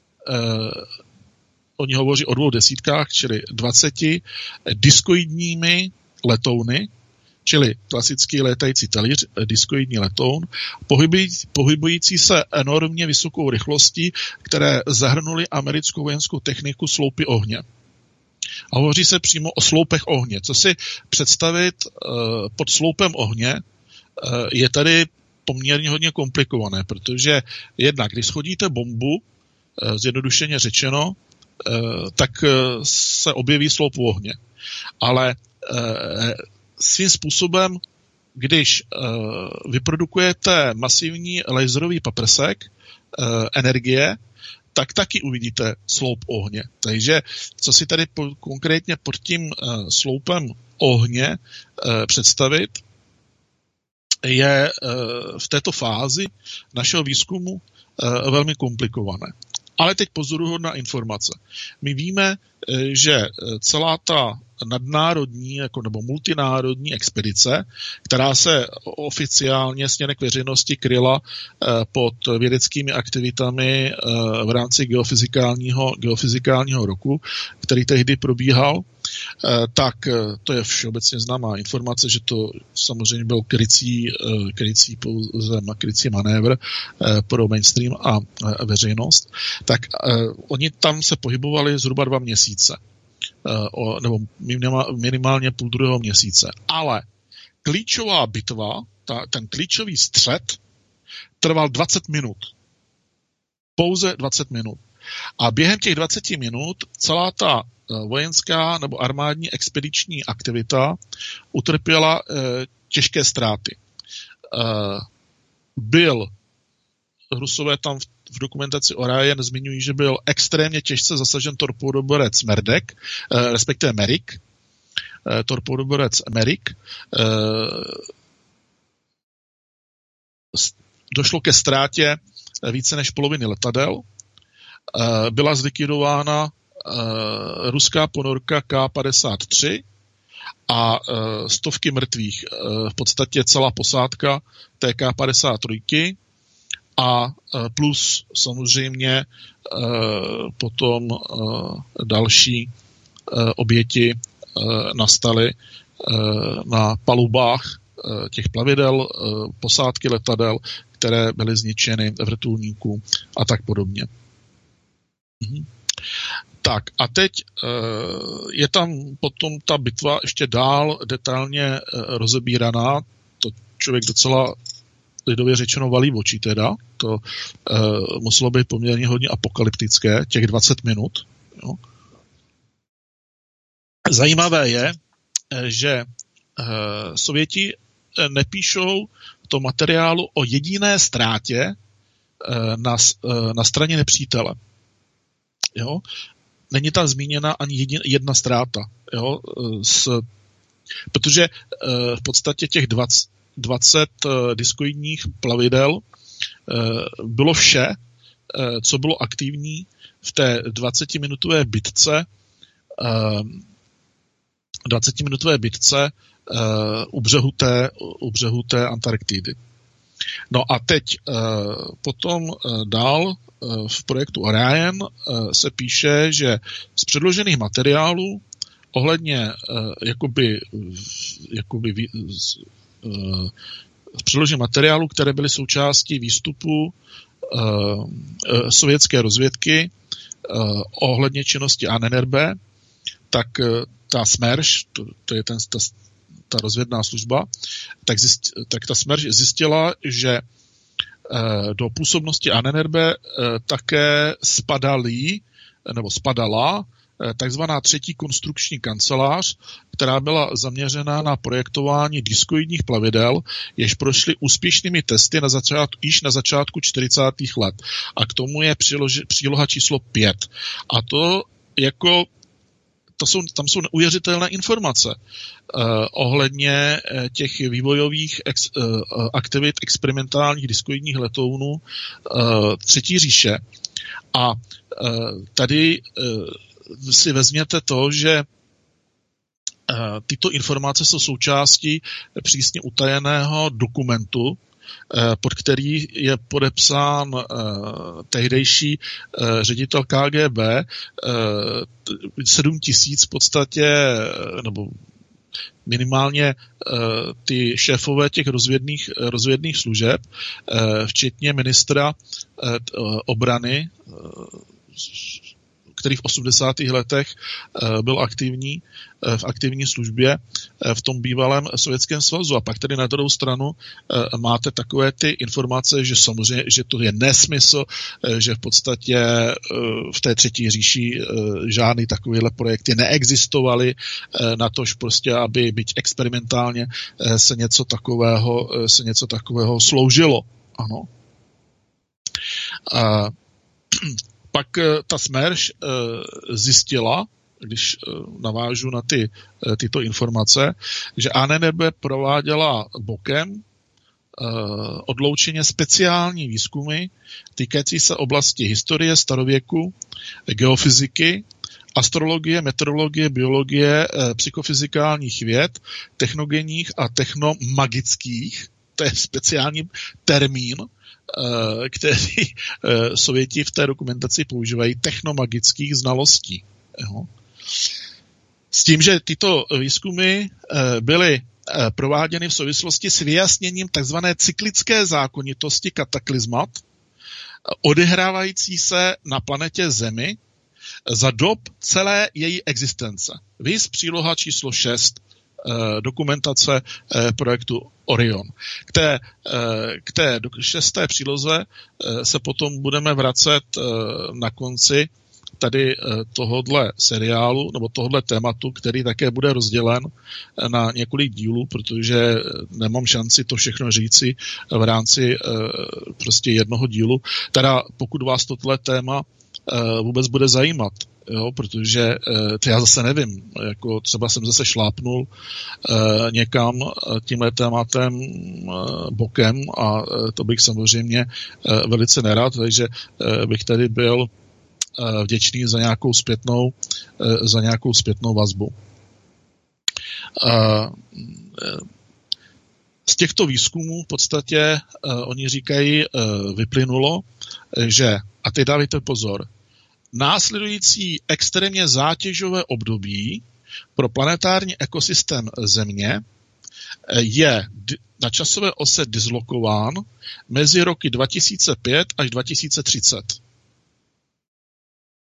Speaker 4: oni hovoří o dvou desítkách, čili dvaceti diskoidními letouny, čili klasický létající talíř, diskoidní letoun, pohybující, pohybující se enormně vysokou rychlostí, které zahrnuly americkou vojenskou techniku sloupy ohně. A hovoří se přímo o sloupech ohně. Co si představit uh, pod sloupem ohně uh, je tady poměrně hodně komplikované, protože jednak, když schodíte bombu, uh, zjednodušeně řečeno, uh, tak uh, se objeví sloup ohně. Ale uh, svým způsobem, když uh, vyprodukujete masivní laserový paprsek uh, energie, tak taky uvidíte sloup ohně. Takže co si tady po, konkrétně pod tím uh, sloupem ohně uh, představit, je uh, v této fázi našeho výzkumu uh, velmi komplikované. Ale teď pozoruhodná informace. My víme, uh, že celá ta nadnárodní jako, nebo multinárodní expedice, která se oficiálně směrem k veřejnosti kryla eh, pod vědeckými aktivitami eh, v rámci geofyzikálního, geofyzikálního roku, který tehdy probíhal, eh, tak eh, to je všeobecně známá informace, že to samozřejmě byl krycí, eh, krycí pouze krycí manévr eh, pro mainstream a eh, veřejnost, tak eh, oni tam se pohybovali zhruba dva měsíce. O, nebo minimálně půl druhého měsíce. Ale klíčová bitva, ta, ten klíčový střet trval dvacet minut. Pouze dvacet minut. A během těch dvaceti minut celá ta vojenská nebo armádní expediční aktivita utrpěla e, těžké ztráty. E, byl Rusové tam v v dokumentaci Orion zmiňují, že byl extrémně těžce zasažen torpédoborec Merdek, eh, respektive Merik, eh, torpédoborec Merik. Eh, došlo ke ztrátě více než poloviny letadel. Eh, byla zlikvidována eh, ruská ponorka K padesát tři a eh, stovky mrtvých. Eh, v podstatě celá posádka té K padesát tři a plus samozřejmě potom další oběti nastaly na palubách těch plavidel, posádky letadel, které byly zničeny, vrtulníků a tak podobně. Mhm. Tak a teď je tam potom ta bitva ještě dál detailně rozebíraná. To člověk docela lidově řečeno valí oči teda. To muselo být poměrně hodně apokalyptické, těch dvacet minut. Jo. Zajímavé je, že Sověti nepíšou v tom materiálu o jediné ztrátě na, na straně nepřítele. Jo? Není tam zmíněna ani jedin, jedna ztráta. Jo? S, protože v podstatě těch dvacet, dvacet diskoidních plavidel bylo vše, co bylo aktivní v té dvacetiminutové bitce dvacetiminutové bitce u břehu té, u břehu té Antarktidy. No a teď potom dál v projektu Orion se píše, že z předložených materiálů ohledně jakoby, jakoby z, z předložených materiálů, které byly součástí výstupu sovětské rozvědky ohledně činnosti A N R B, tak ta SMERŠ, to, to je ten, ta, ta rozvědná služba, tak, zjist, tak ta SMERŠ zjistila, že e, do působnosti A N R B e, také spadaly, nebo spadala e, takzvaná třetí konstrukční kancelář, která byla zaměřena na projektování diskoidních plavidel, jež prošly úspěšnými testy na začátku, již na začátku čtyřicátých let. A k tomu je přílož, příloha číslo pět. A to jako To jsou, tam jsou neuvěřitelné informace eh, ohledně eh, těch vývojových ex, eh, aktivit experimentálních diskoidních letounů eh, Třetí říše. A eh, tady eh, si vezměte to, že eh, tyto informace jsou součástí přísně utajeného dokumentu, pod který je podepsán uh, tehdejší uh, ředitel K G B, uh, sedm tisíc v podstatě, nebo minimálně uh, ty šéfové těch rozvědných, rozvědných služeb, uh, včetně ministra uh, obrany, uh, který v osmdesátých letech byl aktivní v aktivní službě v tom bývalém Sovětském svazu. A pak tedy na druhou stranu máte takové ty informace, že samozřejmě, že to je nesmysl, že v podstatě v té Třetí říši žádný takovýhle projekty neexistovaly, natož prostě, aby byť experimentálně se něco takového, se něco takového sloužilo. Ano. A pak ta SMERŠ zjistila, když navážu na ty, tyto informace, že A N R B prováděla bokem odloučeně speciální výzkumy týkající se oblasti historie, starověku, geofyziky, astrologie, meteorologie, biologie, psychofyzikálních věd, technogenních a technomagických, to je speciální termín, který Sověti v té dokumentaci používají, technomagických znalostí. Jo. S tím, že tyto výzkumy byly prováděny v souvislosti s vyjasněním tzv. Cyklické zákonitosti kataklizmat, odehrávající se na planetě Zemi za dob celé její existence. Viz příloha číslo šest dokumentace projektu Orion. K té, k té šesté příloze se potom budeme vracet na konci tady tohodle seriálu, nebo tohodle tématu, který také bude rozdělen na několik dílů, protože nemám šanci to všechno říci v rámci prostě jednoho dílu. Teda pokud vás tohle téma vůbec bude zajímat, jo, protože to já zase nevím, jako třeba jsem zase šlápnul eh, někam tímhle tématem eh, bokem a eh, to bych samozřejmě eh, velice nerad, takže eh, bych tady byl eh, vděčný za nějakou zpětnou, eh, za nějakou zpětnou vazbu. Eh, eh, z těchto výzkumů v podstatě eh, oni říkají, eh, vyplynulo, eh, že, a teď dávajte pozor, následující extrémně zátěžové období pro planetární ekosystém Země je na časové ose dislokován mezi roky dva tisíce pět až dva tisíce třicet.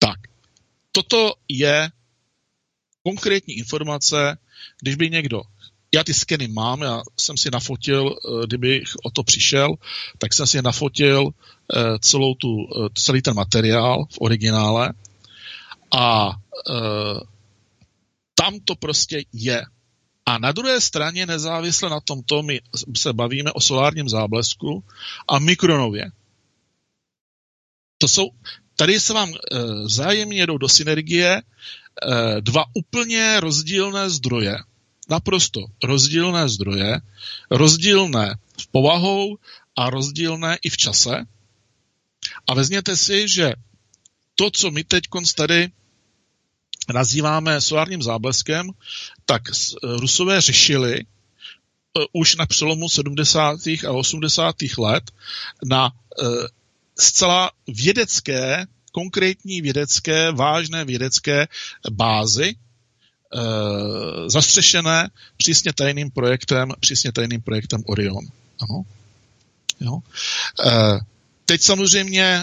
Speaker 4: toto je konkrétní informace, když by někdo, já ty skeny mám, já jsem si nafotil, kdybych o to přišel, tak jsem si nafotil celou tu, celý ten materiál v originále a tam to prostě je. A na druhé straně nezávisle na tomto my se bavíme o solárním záblesku a mikronově. To jsou, tady se vám vzájemně jdou do synergie dva úplně rozdílné zdroje. Naprosto rozdílné zdroje, rozdílné v povahou a rozdílné i v čase. A vezměte si, že to, co my teď tady nazýváme solárním zábleskem, tak Rusové řešili už na přelomu sedmdesátých a osmdesátých let na zcela vědecké, konkrétní vědecké, vážné vědecké bázi, zastřešené přísně tajným projektem, přísně tajným projektem Orion. Ano. Jo. Teď samozřejmě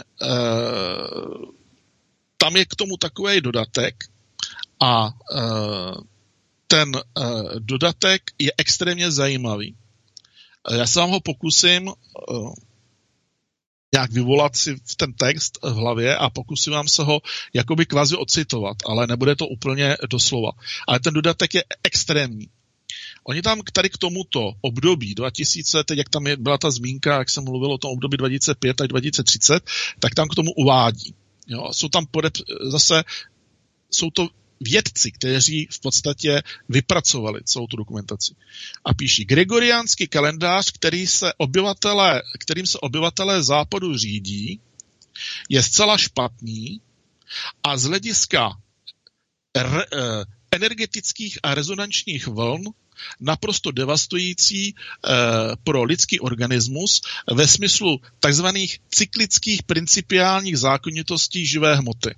Speaker 4: tam je k tomu takový dodatek a ten dodatek je extrémně zajímavý. Já se vám ho pokusím nějak vyvolat si v ten text v hlavě a pokusím vám se ho jakoby kvazi ocitovat, ale nebude to úplně doslova. Ale ten dodatek je extrémní. Oni tam tady k tomuto období dva tisíce, teď jak tam je, byla ta zmínka, jak jsem mluvil o tom období dva tisíce pět až dva tisíce třicet, tak tam k tomu uvádí. Jo, jsou tam podep, zase, jsou to vědci, kteří v podstatě vypracovali celou tu dokumentaci. A píší, gregoriánský kalendář, který se obyvatelé, kterým se obyvatelé západu řídí, je zcela špatný a z hlediska re, eh, energetických a rezonančních vln naprosto devastující eh, pro lidský organismus ve smyslu takzvaných cyklických principiálních zákonitostí živé hmoty.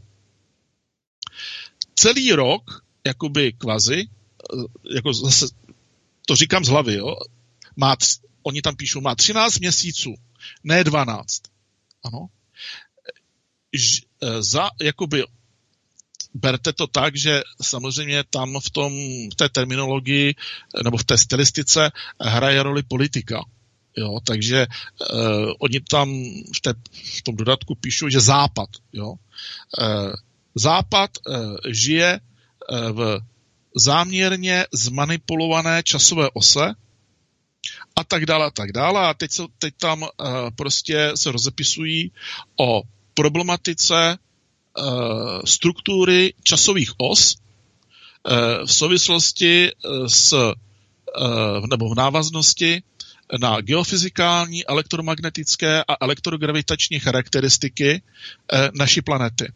Speaker 4: Celý rok, jakoby kvazi, jako zase, to říkám z hlavy, jo, má, oni tam píšou, má třináct měsíců, ne dvanáct. Ano. Ž, za, jakoby, berte to tak, že samozřejmě tam v tom, v té terminologii, nebo v té stylistice hraje roli politika. Jo, takže uh, oni tam v, té, v tom dodatku píšou, že Západ, jo, uh, Západ uh, žije uh, v záměrně zmanipulované časové ose a tak dále a tak dále. A teď, se, teď tam uh, prostě se rozepisují o problematice uh, struktury časových os uh, v souvislosti s, uh, nebo v návaznosti na geofyzikální, elektromagnetické a elektrogravitační charakteristiky uh, naší planety.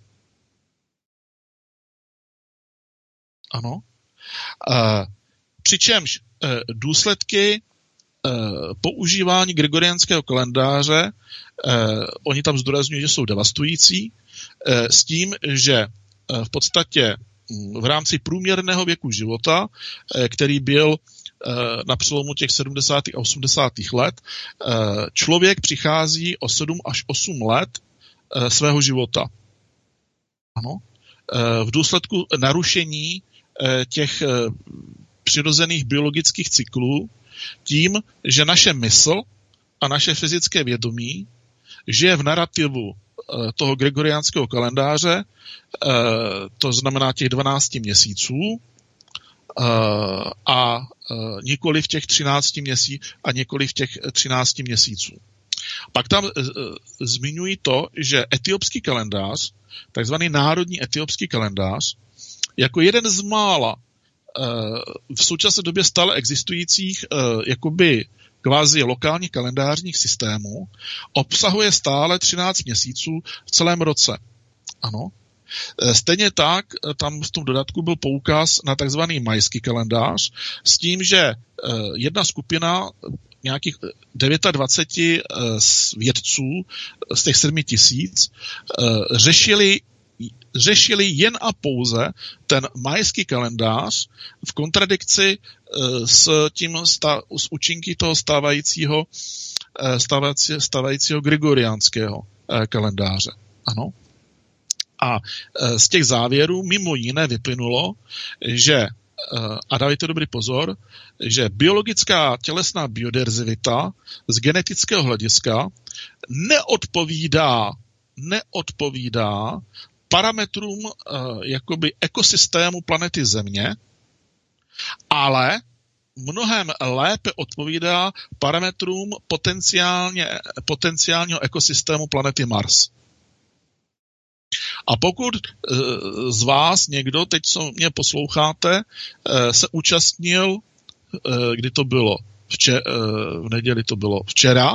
Speaker 4: Ano. Uh, přičemž uh, důsledky uh, používání gregoriánského kalendáře, uh, oni tam zdůrazňují, že jsou devastující, uh, s tím, že uh, v podstatě um, v rámci průměrného věku života, uh, který byl uh, na přelomu těch sedmdesátých a osmdesátých let, uh, člověk přichází o sedm až osm let uh, svého života. Ano. Uh, v důsledku narušení těch přirozených biologických cyklů tím, že naše mysl a naše fyzické vědomí žije v narrativu toho gregoriánského kalendáře, to znamená těch dvanácti měsíců a nikoli v těch třinácti měsíců a nikoli v těch třinácti měsíců. Pak tam zmiňují to, že etiopský kalendář, takzvaný národní etiopský kalendář, jako jeden z mála v současné době stále existujících jakoby kvázi lokálních kalendářních systémů, obsahuje stále třináct měsíců v celém roce. Ano. Stejně tak, tam v tom dodatku byl poukaz na takzvaný majský kalendář, s tím, že jedna skupina nějakých dvacet devět vědců z těch sedmi tisíc řešili řešili jen a pouze ten majský kalendář v kontradikci s tím s účinky toho stávajícího, stávajícího, stávajícího gregoriánského kalendáře. Ano. A z těch závěrů mimo jiné vyplynulo, že, a dávajte dobrý pozor, že biologická tělesná biodiverzita z genetického hlediska neodpovídá, neodpovídá parametrům jakoby ekosystému planety Země, ale mnohem lépe odpovídá parametrům potenciálně, potenciálního ekosystému planety Mars. A pokud z vás někdo, teď co mě posloucháte, se účastnil, kdy to bylo, včer, v neděli to bylo včera,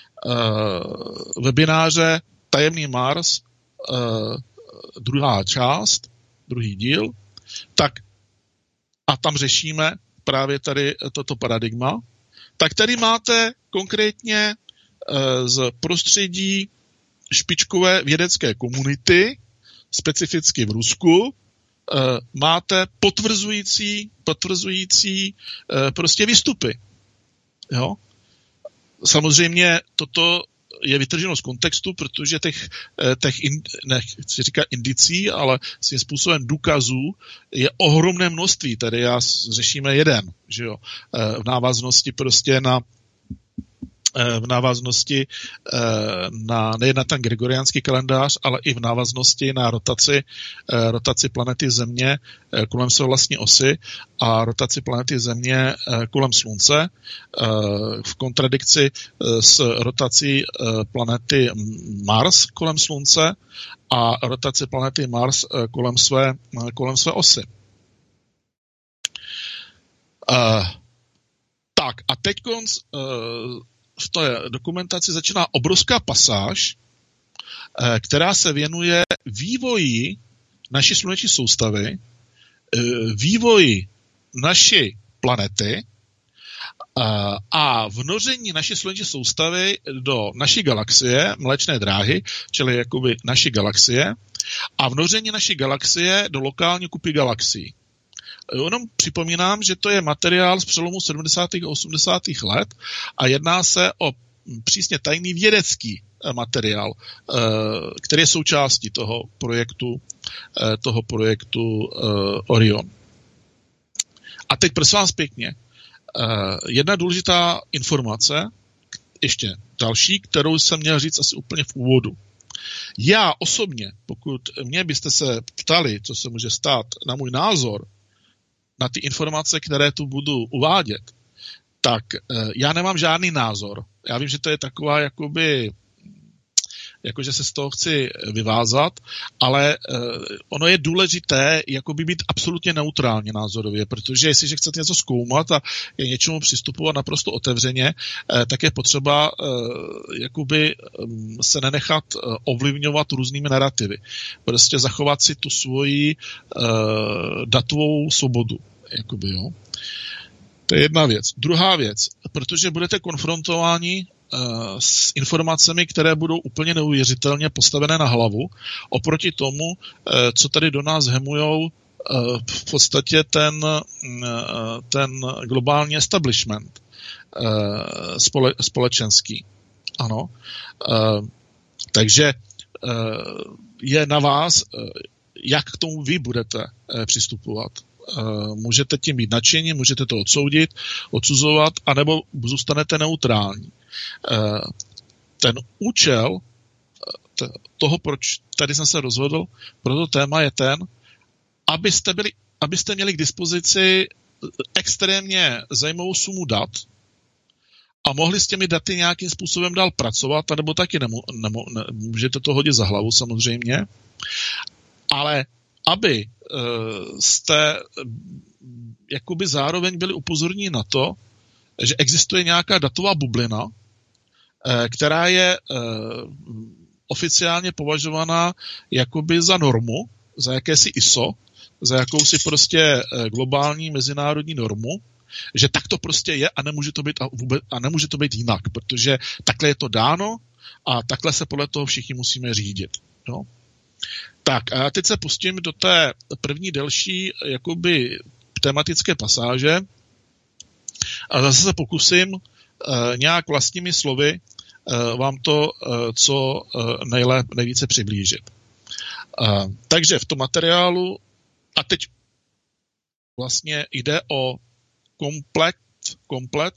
Speaker 4: webináře Tajemný Mars, druhá část, druhý díl, tak a tam řešíme právě tady toto paradigma, tak tady máte konkrétně z prostředí špičkové vědecké komunity, specificky v Rusku, máte potvrzující, potvrzující prostě výstupy. Jo? Samozřejmě toto je vytrženo z kontextu, protože těch, těch nechci říkat indicí, ale svým způsobem důkazů je ohromné množství. Tady já řešíme jeden, že jo, v návaznosti prostě na v návaznosti na nejen na ten gregoriánský kalendář, ale i v návaznosti na rotaci, rotaci planety Země kolem své vlastní osy a rotaci planety Země kolem Slunce v kontradikci s rotací planety Mars kolem Slunce a rotaci planety Mars kolem své, kolem své osy. Tak a teď konc v té dokumentaci začíná obrovská pasáž, která se věnuje vývoji naší sluneční soustavy, vývoji naší planety a vnoření naší sluneční soustavy do naší galaxie, Mléčné dráhy, čili jakoby naší galaxie, a vnoření naší galaxie do lokální kupy galaxií. Jenom připomínám, že to je materiál z přelomu sedmdesátých a osmdesátých let a jedná se o přísně tajný vědecký materiál, který je součástí toho projektu, toho projektu Orion. A teď prosím vás pěkně, jedna důležitá informace, ještě další, kterou jsem měl říct asi úplně v úvodu. Já osobně, pokud mě byste se ptali, co se může stát, na můj názor, na ty informace, které tu budu uvádět, tak já nemám žádný názor. Já vím, že to je taková jakoby, jakože se z toho chci vyvázat, ale ono je důležité jakoby být absolutně neutrálně názorově, protože jestliže chcete něco zkoumat a je něčemu přistupovat naprosto otevřeně, tak je potřeba jakoby se nenechat ovlivňovat různými narrativy. Prostě zachovat si tu svoji datovou svobodu. Jakoby, jo. To je jedna věc. Druhá věc, protože budete konfrontováni uh, s informacemi, které budou úplně neuvěřitelně postavené na hlavu, oproti tomu, uh, co tady do nás hemujou uh, v podstatě ten, uh, ten globální establishment uh, spole, společenský. Ano. Uh, takže uh, je na vás, uh, jak k tomu vy budete uh, přistupovat. Můžete tím být nadšení, můžete to odsoudit, odsuzovat, anebo zůstanete neutrální. Ten účel toho, proč tady jsem se rozhodl, pro to téma je ten, abyste, byli, abyste měli k dispozici extrémně zajímavou sumu dat a mohli s těmi daty nějakým způsobem dál pracovat, anebo taky nemu, nemu, ne, můžete to hodit za hlavu samozřejmě, ale aby jste jakoby zároveň byli upozorněni na to, že existuje nějaká datová bublina, která je oficiálně považovaná jakoby za normu, za jakési I S O, za jakousi prostě globální mezinárodní normu, že tak to prostě je a nemůže to být, a vůbec, a nemůže to být jinak, protože takhle je to dáno a takhle se podle toho všichni musíme řídit. No? Tak a já teď se pustím do té první delší jakoby tematické pasáže a zase se pokusím uh, nějak vlastními slovy uh, vám to uh, co uh, nejlépe, nejvíce přiblížit. Takže v tom materiálu, a teď vlastně jde o komplet, komplet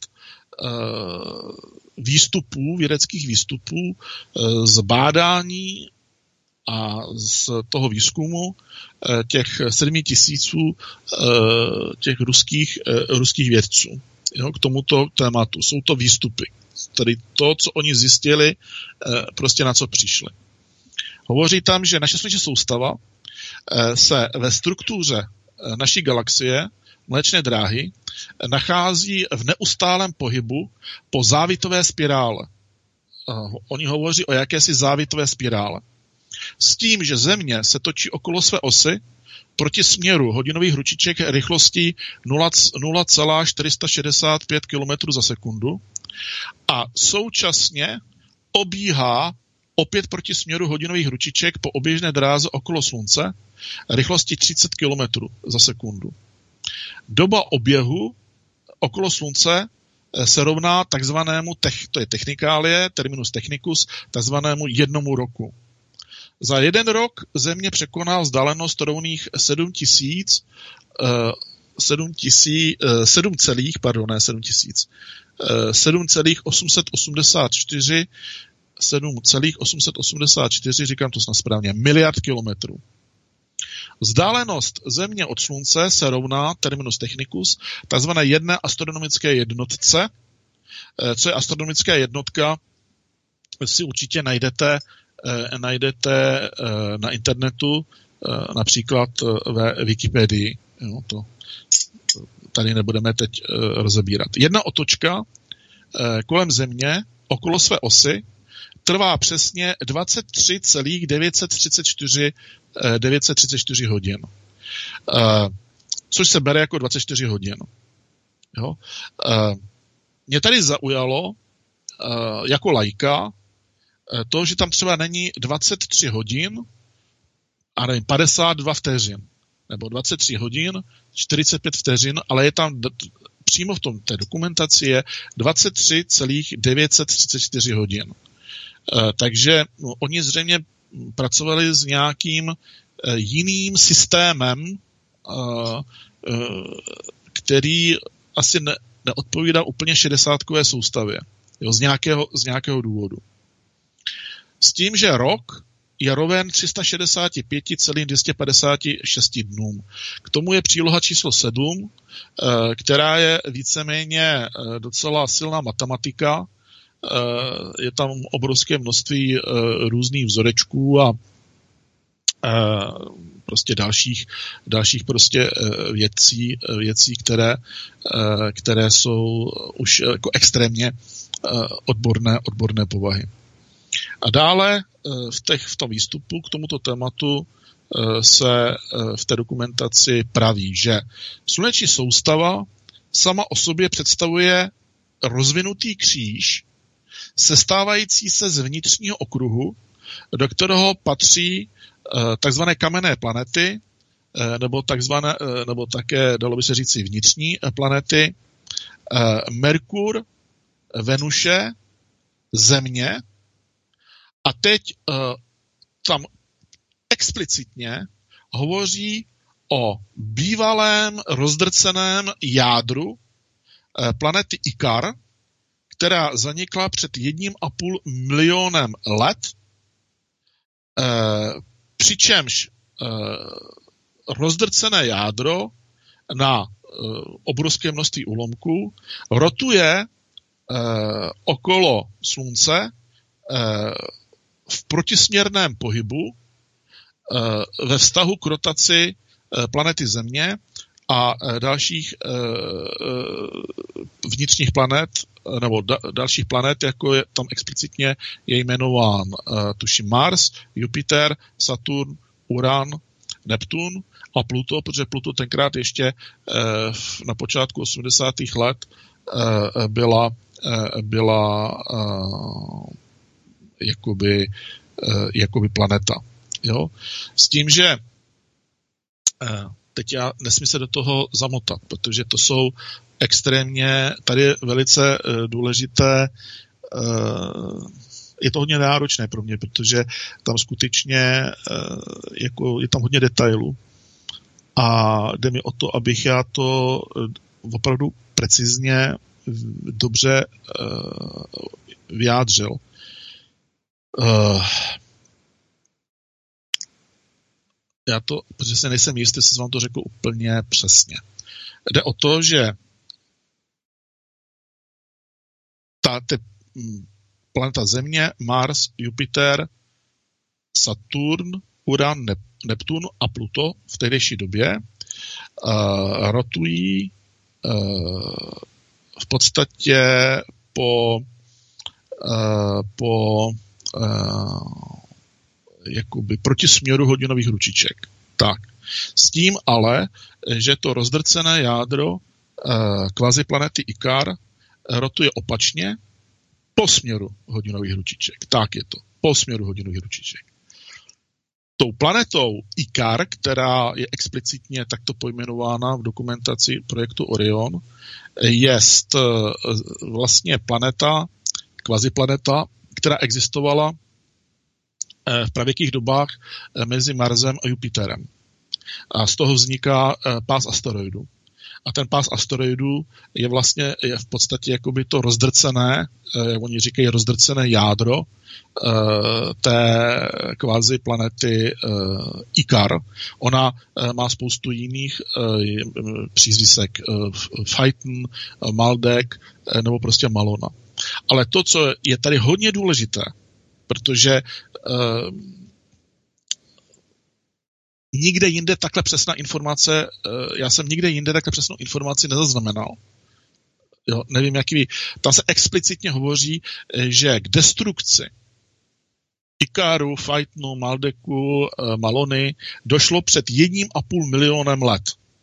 Speaker 4: výstupů, vědeckých výstupů z bádání a z toho výzkumu těch sedmi tisíců těch ruských, ruských vědců, jo, k tomuto tématu. Jsou to výstupy. Tedy to, co oni zjistili, prostě na co přišli. Hovoří tam, že naše sluneční soustava se ve struktuře naší galaxie, Mléčné dráhy, nachází v neustálém pohybu po závitové spirále. Oni hovoří o jakési závitové spirále. S tím, že Země se točí okolo své osy proti směru hodinových ručiček rychlostí nula celá čtyři sta šedesát pět kilometrů za sekundu a současně obíhá opět proti směru hodinových ručiček po oběžné dráze okolo Slunce rychlosti třicet kilometrů za sekundu. Doba oběhu okolo Slunce se rovná takzvanému, to je technikálie, terminus technicus, takzvanému jednomu roku. Za jeden rok Země překoná vzdálenost rovných sedm tisíc, sedm tisíc, sedm celých, pardon, ne sedm tisíc, sedm celých osm set osmdesát čtyři, sedm celých osm set osmdesát čtyři, říkám to snad správně, miliard kilometrů. Vzdálenost Země od Slunce se rovná, terminus technicus, takzvané jedné astronomické jednotce. Co je astronomická jednotka, si určitě najdete, najdete na internetu, například ve Wikipedii. Jo, to tady nebudeme teď rozebírat. Jedna otočka kolem Země okolo své osy trvá přesně dvacet tři celá devět set třicet čtyři hodin. Což se bere jako dvacet čtyři hodin. Jo? Mě tady zaujalo jako laika to, že tam třeba není dvacet tři hodin a nevím, padesát dva vteřin. Nebo dvacet tři hodin, čtyřicet pět vteřin, ale je tam přímo v tom té dokumentaci je dvacet tři celá devět set třicet čtyři hodin. Takže no, oni zřejmě pracovali s nějakým jiným systémem, který asi ne, neodpovídá úplně šedesátkové soustavě. Jo, z, nějakého, z nějakého důvodu. S tím, že rok je roven tři sta šedesát pět celá dvě stě padesát šest dnům. K tomu je příloha číslo sedm, která je víceméně docela silná matematika. Je tam obrovské množství různých vzorečků a prostě dalších, dalších prostě věcí, věcí které, které jsou už jako extrémně odborné, odborné povahy. A dále v, těch, v tom výstupu k tomuto tématu se v té dokumentaci praví, že sluneční soustava sama o sobě představuje rozvinutý kříž, sestávající se z vnitřního okruhu, do kterého patří takzvané kamenné planety, nebo, takzvané, nebo také, dalo by se říci, vnitřní planety, Merkur, Venuše, Země. A teď tam explicitně hovoří o bývalém rozdrceném jádru planety Ikar, která zanikla před jedním a půl milionem let, přičemž rozdrcené jádro na obrovské množství úlomků rotuje okolo Slunce v protisměrném pohybu ve vztahu k rotaci planety Země a dalších vnitřních planet, nebo dalších planet, jako je tam explicitně je jmenován, tuším, Mars, Jupiter, Saturn, Uran, Neptun a Pluto, protože Pluto tenkrát ještě na počátku osmdesátých let byla, byla jakoby, jakoby planeta. Jo? S tím, že teď já nesmím se do toho zamotat, protože to jsou extrémně, tady je velice důležité je to hodně náročné pro mě, protože tam skutečně jako, je tam hodně detailů a jde mi o to, abych já to opravdu precizně dobře vyjádřil. Já to, protože se nejsem jistý, jestli jsem vám to řekl úplně přesně. Jde o to, že ta, ty, planeta Země, Mars, Jupiter, Saturn, Uran, Neptun a Pluto v tehdejší době uh, rotují uh, v podstatě po, uh, po uh, jakoby proti směru hodinových ručiček. Tak. S tím ale, že to rozdrcené jádro uh, kvaziplanety Ikar rotuje opačně po směru hodinových ručiček. Tak je to. Po směru hodinových ručiček. Tou planetou Ikar, která je explicitně takto pojmenována v dokumentaci projektu Orion, je vlastně planeta, kvaziplaneta, která existovala v pravěkých dobách mezi Marsem a Jupiterem. A z toho vzniká pás asteroidů. A ten pás asteroidů je vlastně je v podstatě jakoby to rozdrcené, jak oni říkají, rozdrcené jádro té kvázi planety Ikar. Ona má spoustu jiných přízvisek Phaeton, Maldek nebo prostě Malona. Ale to, co je tady hodně důležité, protože nikde jinde takhle přesná informace, já jsem nikde jinde takhle přesnou informaci nezaznamenal. Jo, nevím, jaký. Tam se explicitně hovoří, že k destrukci Ikaru, Phaetonu, Maldeku, Malony došlo před jedním a půl milionem let.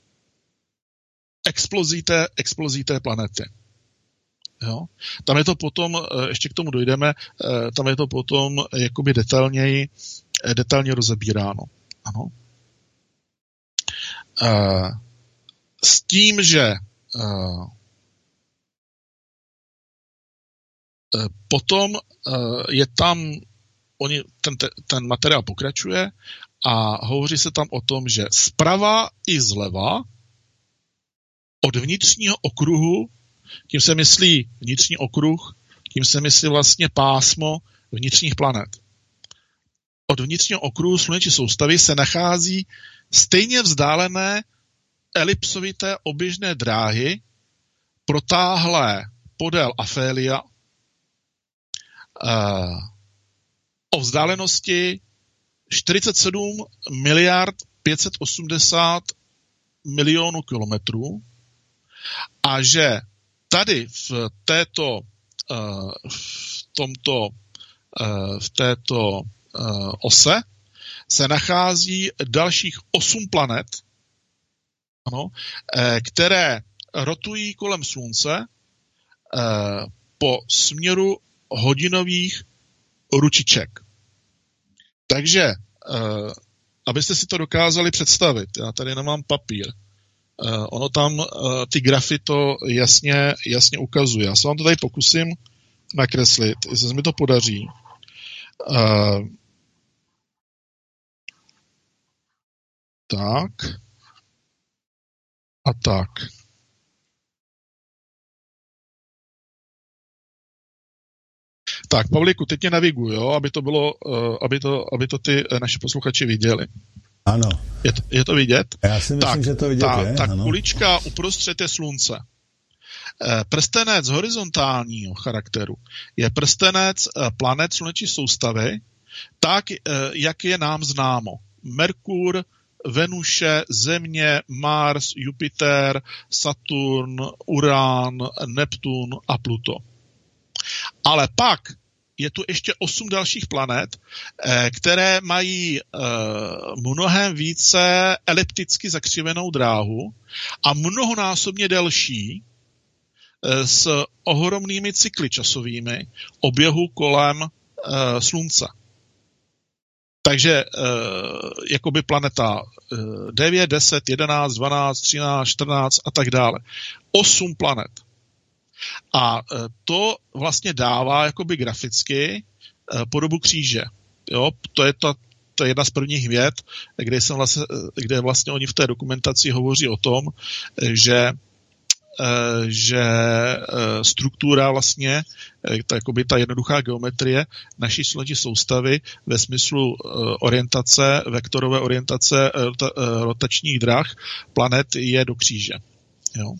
Speaker 4: Explozí té, explozí té planety. Jo? Tam je to potom, ještě k tomu dojdeme, tam je to potom jakoby detailněji, detailně rozebíráno. Ano. S tím, že potom je tam, oni, ten, ten materiál pokračuje a hovoří se tam o tom, že zprava i zleva od vnitřního okruhu, tím se myslí vnitřní okruh, tím se myslí vlastně pásmo vnitřních planet. Od vnitřního okruhu sluneční soustavy se nachází stejně vzdálené elipsovité oběžné dráhy protáhlé podél afelia o vzdálenosti čtyřicet sedm miliard pět set osmdesát milionů kilometrů a že tady v této v tomto v této ose se nachází dalších osm planet, ano, které rotují kolem Slunce po směru hodinových ručiček. Takže, abyste si to dokázali představit, já tady nemám papír, ono tam, ty grafy to jasně, jasně ukazuje. Já se vám to tady pokusím nakreslit, jestli se mi to podaří. Tak. A tak. Tak, Pavlíku, teď tě naviguju, jo, aby to bylo, aby to, aby to ty naši posluchači viděli.
Speaker 3: Ano.
Speaker 4: Je to, je to vidět?
Speaker 3: Já si myslím, tak, že to vidět
Speaker 4: ta,
Speaker 3: je.
Speaker 4: Tak
Speaker 3: ano.
Speaker 4: kulička uprostřed je Slunce. Prstenec horizontálního charakteru je prstenec planet sluneční soustavy, tak, jak je nám známo. Merkur, Venuše, Země, Mars, Jupiter, Saturn, Uran, Neptun a Pluto. Ale pak je tu ještě osm dalších planet, které mají mnohem více elipticky zakřivenou dráhu a mnohonásobně delší s ohromnými cykly časovými oběhu kolem Slunce. Takže jakoby planeta devět, deset, jedenáct, dvanáct, třináct, čtrnáct a tak dále. Osm planet. A to vlastně dává jakoby graficky po dobu kříže. Jo, to je ta To je jedna z prvních vět, kde, jsem vlastně, kde vlastně oni v té dokumentaci hovoří o tom, že, že struktura vlastně, ta, jakoby ta jednoduchá geometrie naší sluneční soustavy ve smyslu orientace, vektorové orientace rotačních drah planet je do kříže. Jo.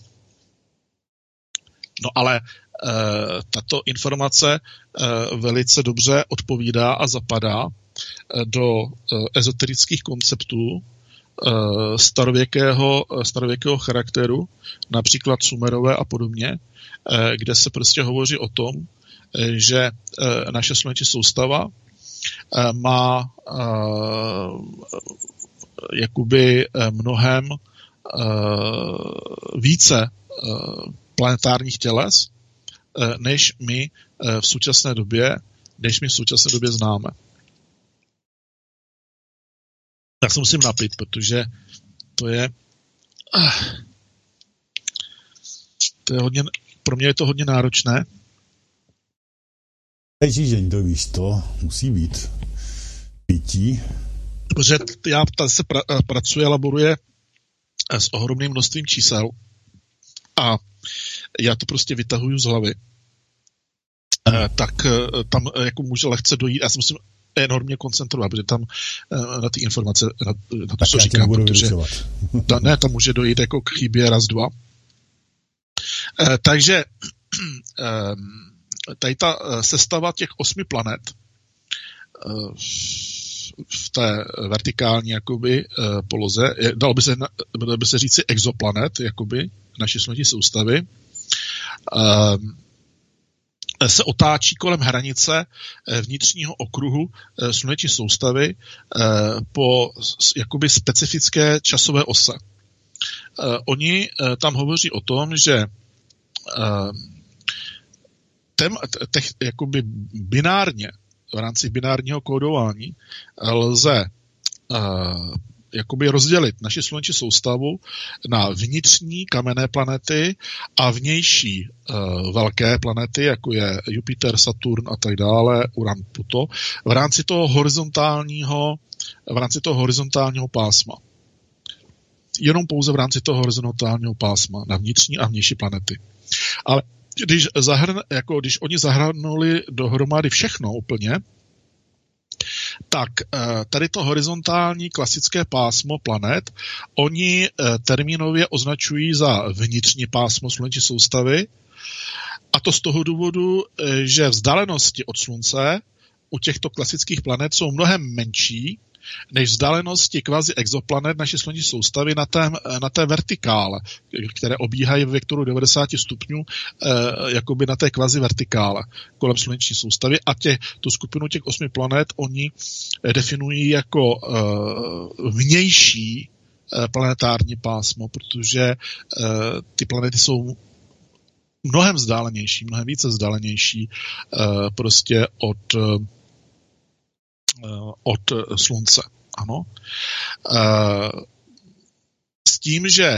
Speaker 4: No ale tato informace velice dobře odpovídá a zapadá do ezoterických konceptů starověkého, starověkého charakteru, například Sumerové a podobně, kde se prostě hovoří o tom, že naše sluneční soustava má jakoby mnohem více planetárních těles, než my v současné době, než my v současné době známe. Tak se musím napít, protože to je to je hodně, pro mě je to hodně náročné.
Speaker 3: Žížeň, to víš, to musí být pití.
Speaker 4: Protože já tady se pra, pracuji a laboruje s ohromným množstvím čísel a já to prostě vytahuju z hlavy. E, tak tam jako může lehce dojít, já si musím enormně koncentrovat, protože tam na ty informace, na, na to, co říkám, protože ta, ne, tam může dojít jako k chybě raz, dva. E, takže e, tady ta sestava těch osmi planet e, v té vertikální jakoby poloze, dalo by se, dalo by se říci exoplanet, jakoby, naší sluneční soustavy, se otáčí kolem hranice vnitřního okruhu sluneční soustavy po jakoby specifické časové ose. Oni tam hovoří o tom, že tem, tech, jakoby binárně, v rámci binárního kódování lze uh, jakoby rozdělit naši sluneční soustavu na vnitřní kamenné planety a vnější uh, velké planety, jako je Jupiter, Saturn a tak dále, Uran, Pluto, v rámci toho horizontálního, v rámci toho horizontálního pásma. Jenom pouze v rámci toho horizontálního pásma na vnitřní a vnější planety. Ale Když, zahrn, jako když oni zahrnuli dohromady všechno úplně, tak tady to horizontální klasické pásmo planet oni termínově označují za vnitřní pásmo sluneční soustavy, a to z toho důvodu, že vzdálenosti od Slunce u těchto klasických planet jsou mnohem menší než vzdálenosti kvazi exoplanet naší sluneční soustavy na té, na té vertikále, které obíhají v vektoru devadesát stupňů, eh, jakoby na té kvazi vertikále kolem sluneční soustavy, a tě, tu skupinu těch osmi planet oni definují jako eh, vnější eh, planetární pásmo, protože eh, ty planety jsou mnohem vzdálenější, mnohem více vzdálenější eh, prostě od od Slunce. Ano. S tím, že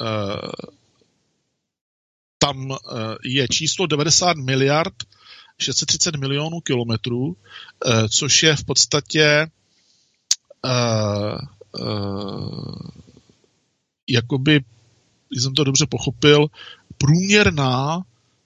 Speaker 4: tam je číslo devadesát miliard šest set třicet milionů kilometrů, což je v podstatě jakoby, když jsem to dobře pochopil, průměrná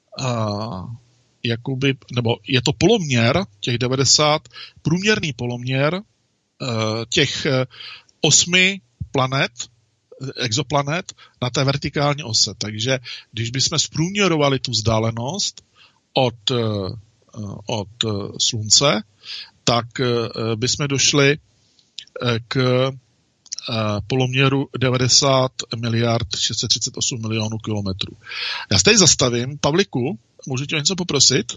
Speaker 4: jakoby, nebo je to poloměr těch devadesát, průměrný poloměr těch osmi planet, exoplanet na té vertikální ose. Takže když bychom zprůměrovali tu vzdálenost od, od Slunce, tak bychom došli k poloměru devadesát miliard šest set třicet osm milionů kilometrů. Já se tady zastavím. Pavliku, můžu tě o něco poprosit?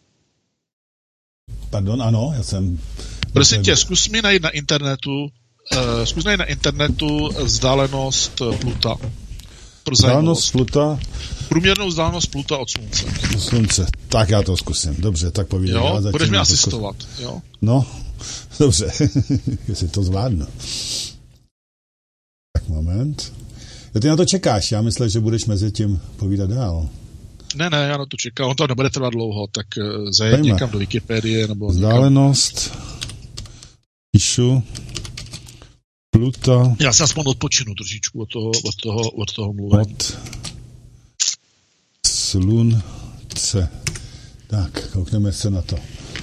Speaker 3: Pardon, ano, já jsem...
Speaker 4: Prosím tě, zkus mi najít na internetu, uh, zkus najít na internetu vzdálenost Pluta.
Speaker 3: Vzdálenost Pluta?
Speaker 4: Průměrnou vzdálenost Pluta od Slunce.
Speaker 3: Od Slunce. Tak já to zkusím. Dobře, tak povídej.
Speaker 4: Jo, budeš mi asistovat. Jo.
Speaker 3: No, dobře. Jestli to zvládnu. Tak moment. Jo, ty na to čekáš. Já myslím, že budeš mezi tím povídat dál.
Speaker 4: Ne, ne, já na to čekal, on to nebude trvat dlouho, tak zajet někam do Wikipedie nebo
Speaker 3: vzdálenost, píšu, Pluta.
Speaker 4: Já se aspoň odpočinu trošičku od toho, od toho, od toho mluvení.
Speaker 3: Od slunce. Tak, koukneme se na to.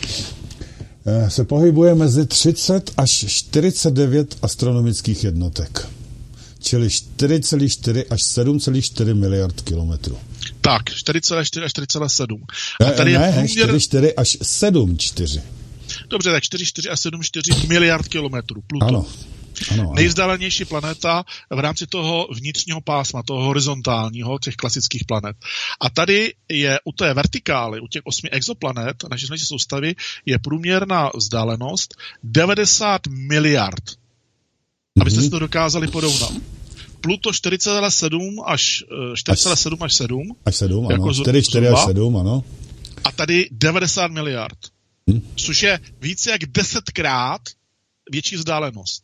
Speaker 3: Se pohybuje mezi třicet až čtyřicet devět astronomických jednotek. Čili čtyři celé čtyři až sedm celé čtyři miliard kilometrů.
Speaker 4: Tak, čtyři celé čtyři až čtyři celé sedm. A tady
Speaker 3: ne,
Speaker 4: je
Speaker 3: průměr... čtyři čtyři až sedm čtyři.
Speaker 4: Dobře, tak čtyři čtyři až sedm čtyři miliard kilometrů. Pluto.
Speaker 3: Ano. Ano, ano.
Speaker 4: Nejvzdálenější planeta v rámci toho vnitřního pásma, toho horizontálního, těch klasických planet. A tady je u té vertikály, u těch osmi exoplanet naší slunečné soustavy, je průměrná vzdálenost devadesát miliard. Mm-hmm. Abyste si to dokázali porovnat. Pluto čtyři celé sedm až čtyři celé sedm až sedm.
Speaker 3: Až sedm, ano.
Speaker 4: Jako
Speaker 3: čtyři čtyři až sedm, ano.
Speaker 4: A tady devadesát miliard. Hmm. Což je více jak desetkrát větší vzdálenost.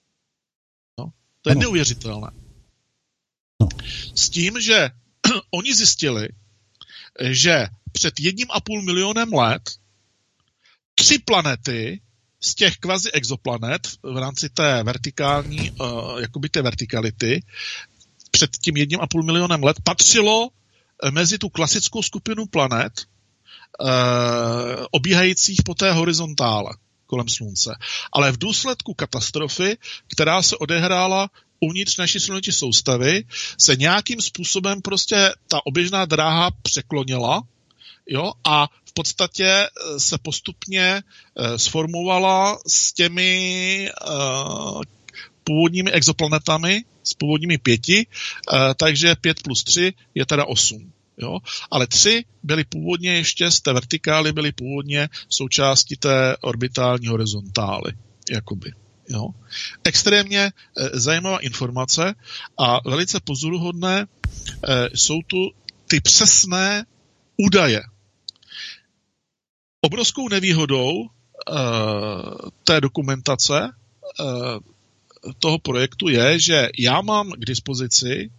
Speaker 4: No, to je ano. Neuvěřitelné. No. S tím, že oni zjistili, že před jedním a půl milionem let tři planety z těch kvazi exoplanet v rámci té vertikální, uh, jakoby té vertikality, před tím jedním a půl milionem let patřilo mezi tu klasickou skupinu planet uh, obíhajících po té horizontále kolem Slunce. Ale v důsledku katastrofy, která se odehrála uvnitř naší sluneční soustavy, se nějakým způsobem prostě ta oběžná dráha překlonila, jo, a v podstatě se postupně uh, sformovala s těmi uh, původními exoplanetami, s původními pěti, uh, takže pět plus tři je teda osm. Jo? Ale tři byly původně ještě z té vertikály, byly původně součástí té orbitální horizontály. Jakoby. Jo? Extrémně e, zajímavá informace a velice pozoruhodné e, jsou tu ty přesné údaje. Obrovskou nevýhodou e, té dokumentace e, toho projektu je, že já mám k dispozici e,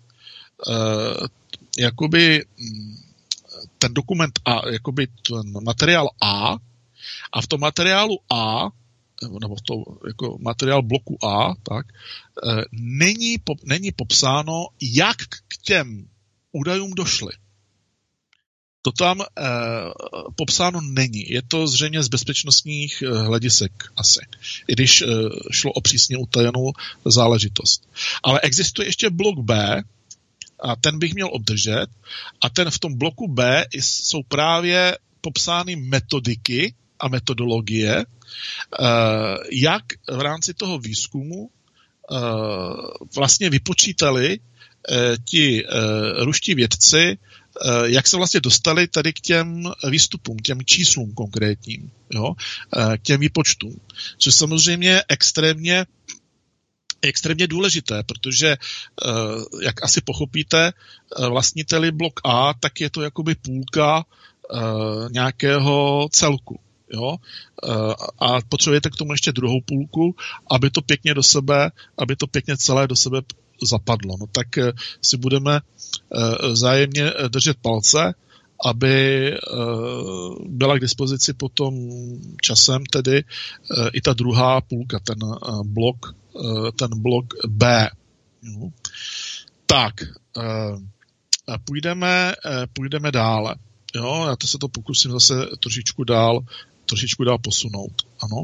Speaker 4: jakoby ten dokument A, jakoby ten materiál A, a v tom materiálu A, nebo v tom jako materiál bloku A, tak, není, není popsáno, jak k těm údajům došli. To tam eh, popsáno není. Je to zřejmě z bezpečnostních eh, hledisek asi, i když eh, šlo o přísně utajenou záležitost. Ale existuje ještě blok B, a ten bych měl obdržet, a ten v tom bloku B jsou právě popsány metodiky a metodologie, jak v rámci toho výzkumu vlastně vypočítali ti ruští vědci, jak se vlastně dostali tady k těm výstupům, k těm číslům konkrétním, jo? K těm výpočtům. Což samozřejmě extrémně extrémně důležité, protože, jak asi pochopíte, vlastníte-li blok A, tak je to jakoby půlka nějakého celku. Jo? A potřebujete k tomu ještě druhou půlku, aby to pěkně do sebe, aby to pěkně celé do sebe zapadlo. No tak si budeme vzájemně držet palce, aby byla k dispozici potom časem tedy i ta druhá půlka, ten blok ten blok B. No. Tak, půjdeme, půjdeme dále. Jo, já to se to pokusím zase trošičku dál, trošičku dál posunout. Ano.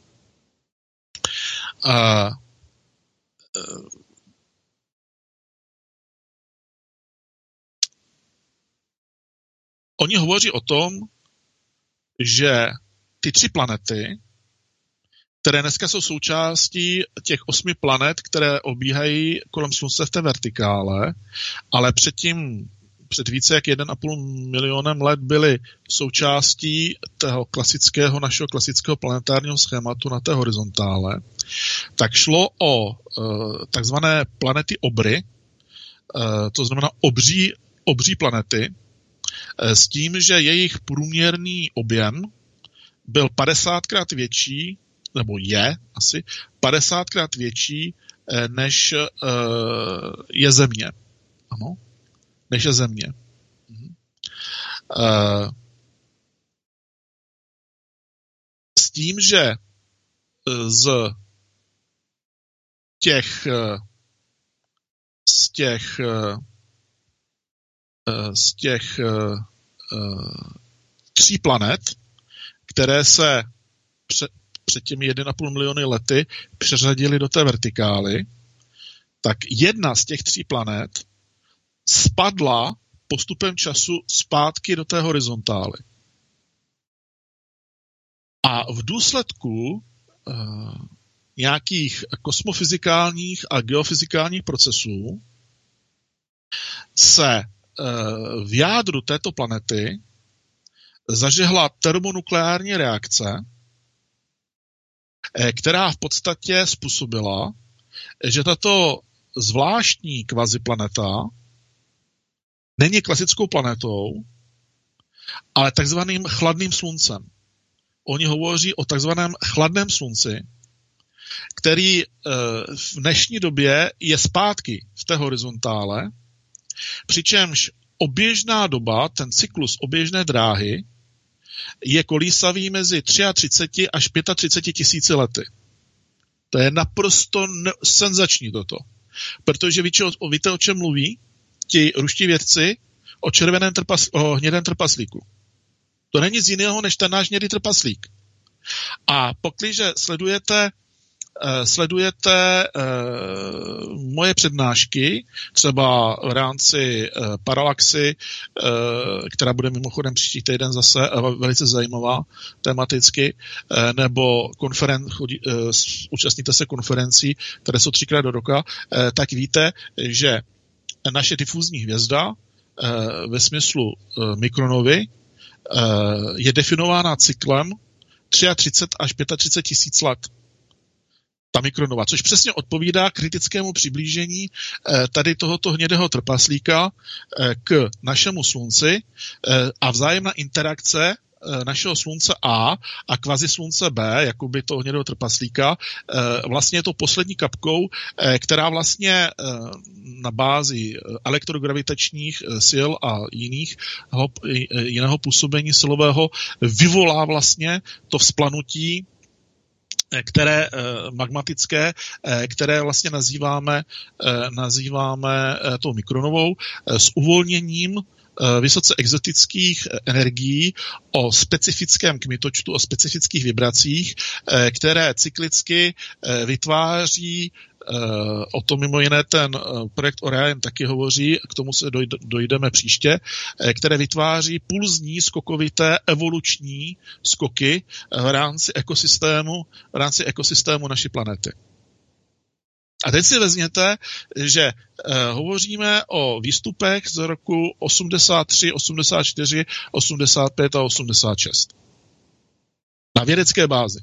Speaker 4: A, a, oni hovoří o tom, že ty tři planety, které dneska jsou součástí těch osmi planet, které obíhají kolem Slunce v té vertikále, ale předtím, před více jak jeden a půl milionem let byly součástí toho klasického, našeho klasického planetárního schématu na té horizontále, tak šlo o e, takzvané planety obry, e, to znamená obří, obří planety, e, s tím, že jejich průměrný objem byl padesátkrát větší, nebo je asi padesátkrát větší, než je Země. Ano, než je Země. S tím, že z těch z těch z těch tří planet, které se před, před těmi jedna a půl miliony lety přeřadily do té vertikály, tak jedna z těch tří planet spadla postupem času zpátky do té horizontály. A v důsledku uh, nějakých kosmofyzikálních a geofyzikálních procesů se uh, v jádru této planety zažehla termonukleární reakce, která v podstatě způsobila, že tato zvláštní kvaziplaneta není klasickou planetou, ale takzvaným chladným sluncem. Oni hovoří o takzvaném chladném slunci, který v dnešní době je zpátky v té horizontále, přičemž oběžná doba, ten cyklus oběžné dráhy, je kolísavý mezi třicet tři až třicet pět tisíci lety. To je naprosto ne- senzační toto. Protože víte, o, víte, o čem mluví ti ruští vědci? O červeném trpas, o hnědém trpaslíku. To není nic jiného, než ten náš hnědý trpaslík. A pokliže sledujete sledujete uh, moje přednášky, třeba v rámci uh, Paralaxy, uh, která bude mimochodem příští týden zase uh, velice zajímavá tematicky, uh, nebo konferen- chodí, uh, účastníte se konferencí, které jsou třikrát do roka, uh, tak víte, že naše difúzní hvězda uh, ve smyslu uh, mikronovy uh, je definována cyklem třicet tři až třicet pět tisíc let. Ta mikronova, což přesně odpovídá kritickému přiblížení tady tohoto hnědého trpaslíka k našemu slunci a vzájemná interakce našeho slunce A a kvazislunce B, jakoby toho hnědého trpaslíka, vlastně je to poslední kapkou, která vlastně na bázi elektrogravitačních sil a jiných, jiného působení silového vyvolá vlastně to vzplanutí, které magmatické, které vlastně nazýváme, nazýváme tou mikronovou, s uvolněním vysoce exotických energií o specifickém kmitočtu, o specifických vibracích, které cyklicky vytváří, o tom mimo jiné ten projekt Orion taky hovoří, k tomu se dojdeme příště, které vytváří pulzní, skokovité, evoluční skoky v rámci ekosystému, v rámci ekosystému naší planety. A teď si vezměte, že eh, hovoříme o výstupech z roku osmdesát tři, osmdesát čtyři, osmdesát pět a osmdesát šest. Na vědecké bázi.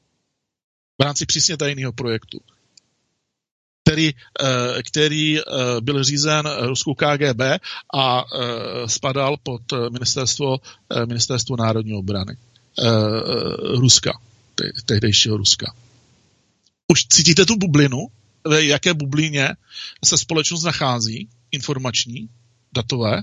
Speaker 4: V rámci přísně tajného projektu, který, eh, který eh, byl řízen ruskou K G B a eh, spadal pod ministerstvo, eh, ministerstvo národní obrany eh, Ruska, te, tehdejšího Ruska. Už cítíte tu bublinu? V jaké bublině se společnost nachází, informační, datové,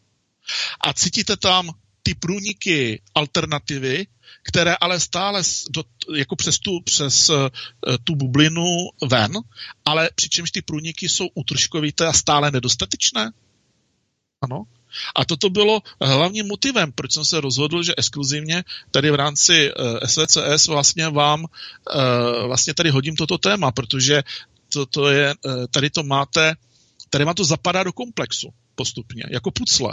Speaker 4: a cítíte tam ty průniky alternativy, které ale stále do, jako přes, tu, přes uh, tu bublinu ven, ale přičemž ty průniky jsou útržkovité a stále nedostatečné. Ano. A toto bylo hlavním motivem, proč jsem se rozhodl, že exkluzivně tady v rámci uh, S V C S vlastně vám uh, vlastně tady hodím toto téma, protože To, to je, tady to máte, tady vám to zapadá do komplexu postupně, jako pucle.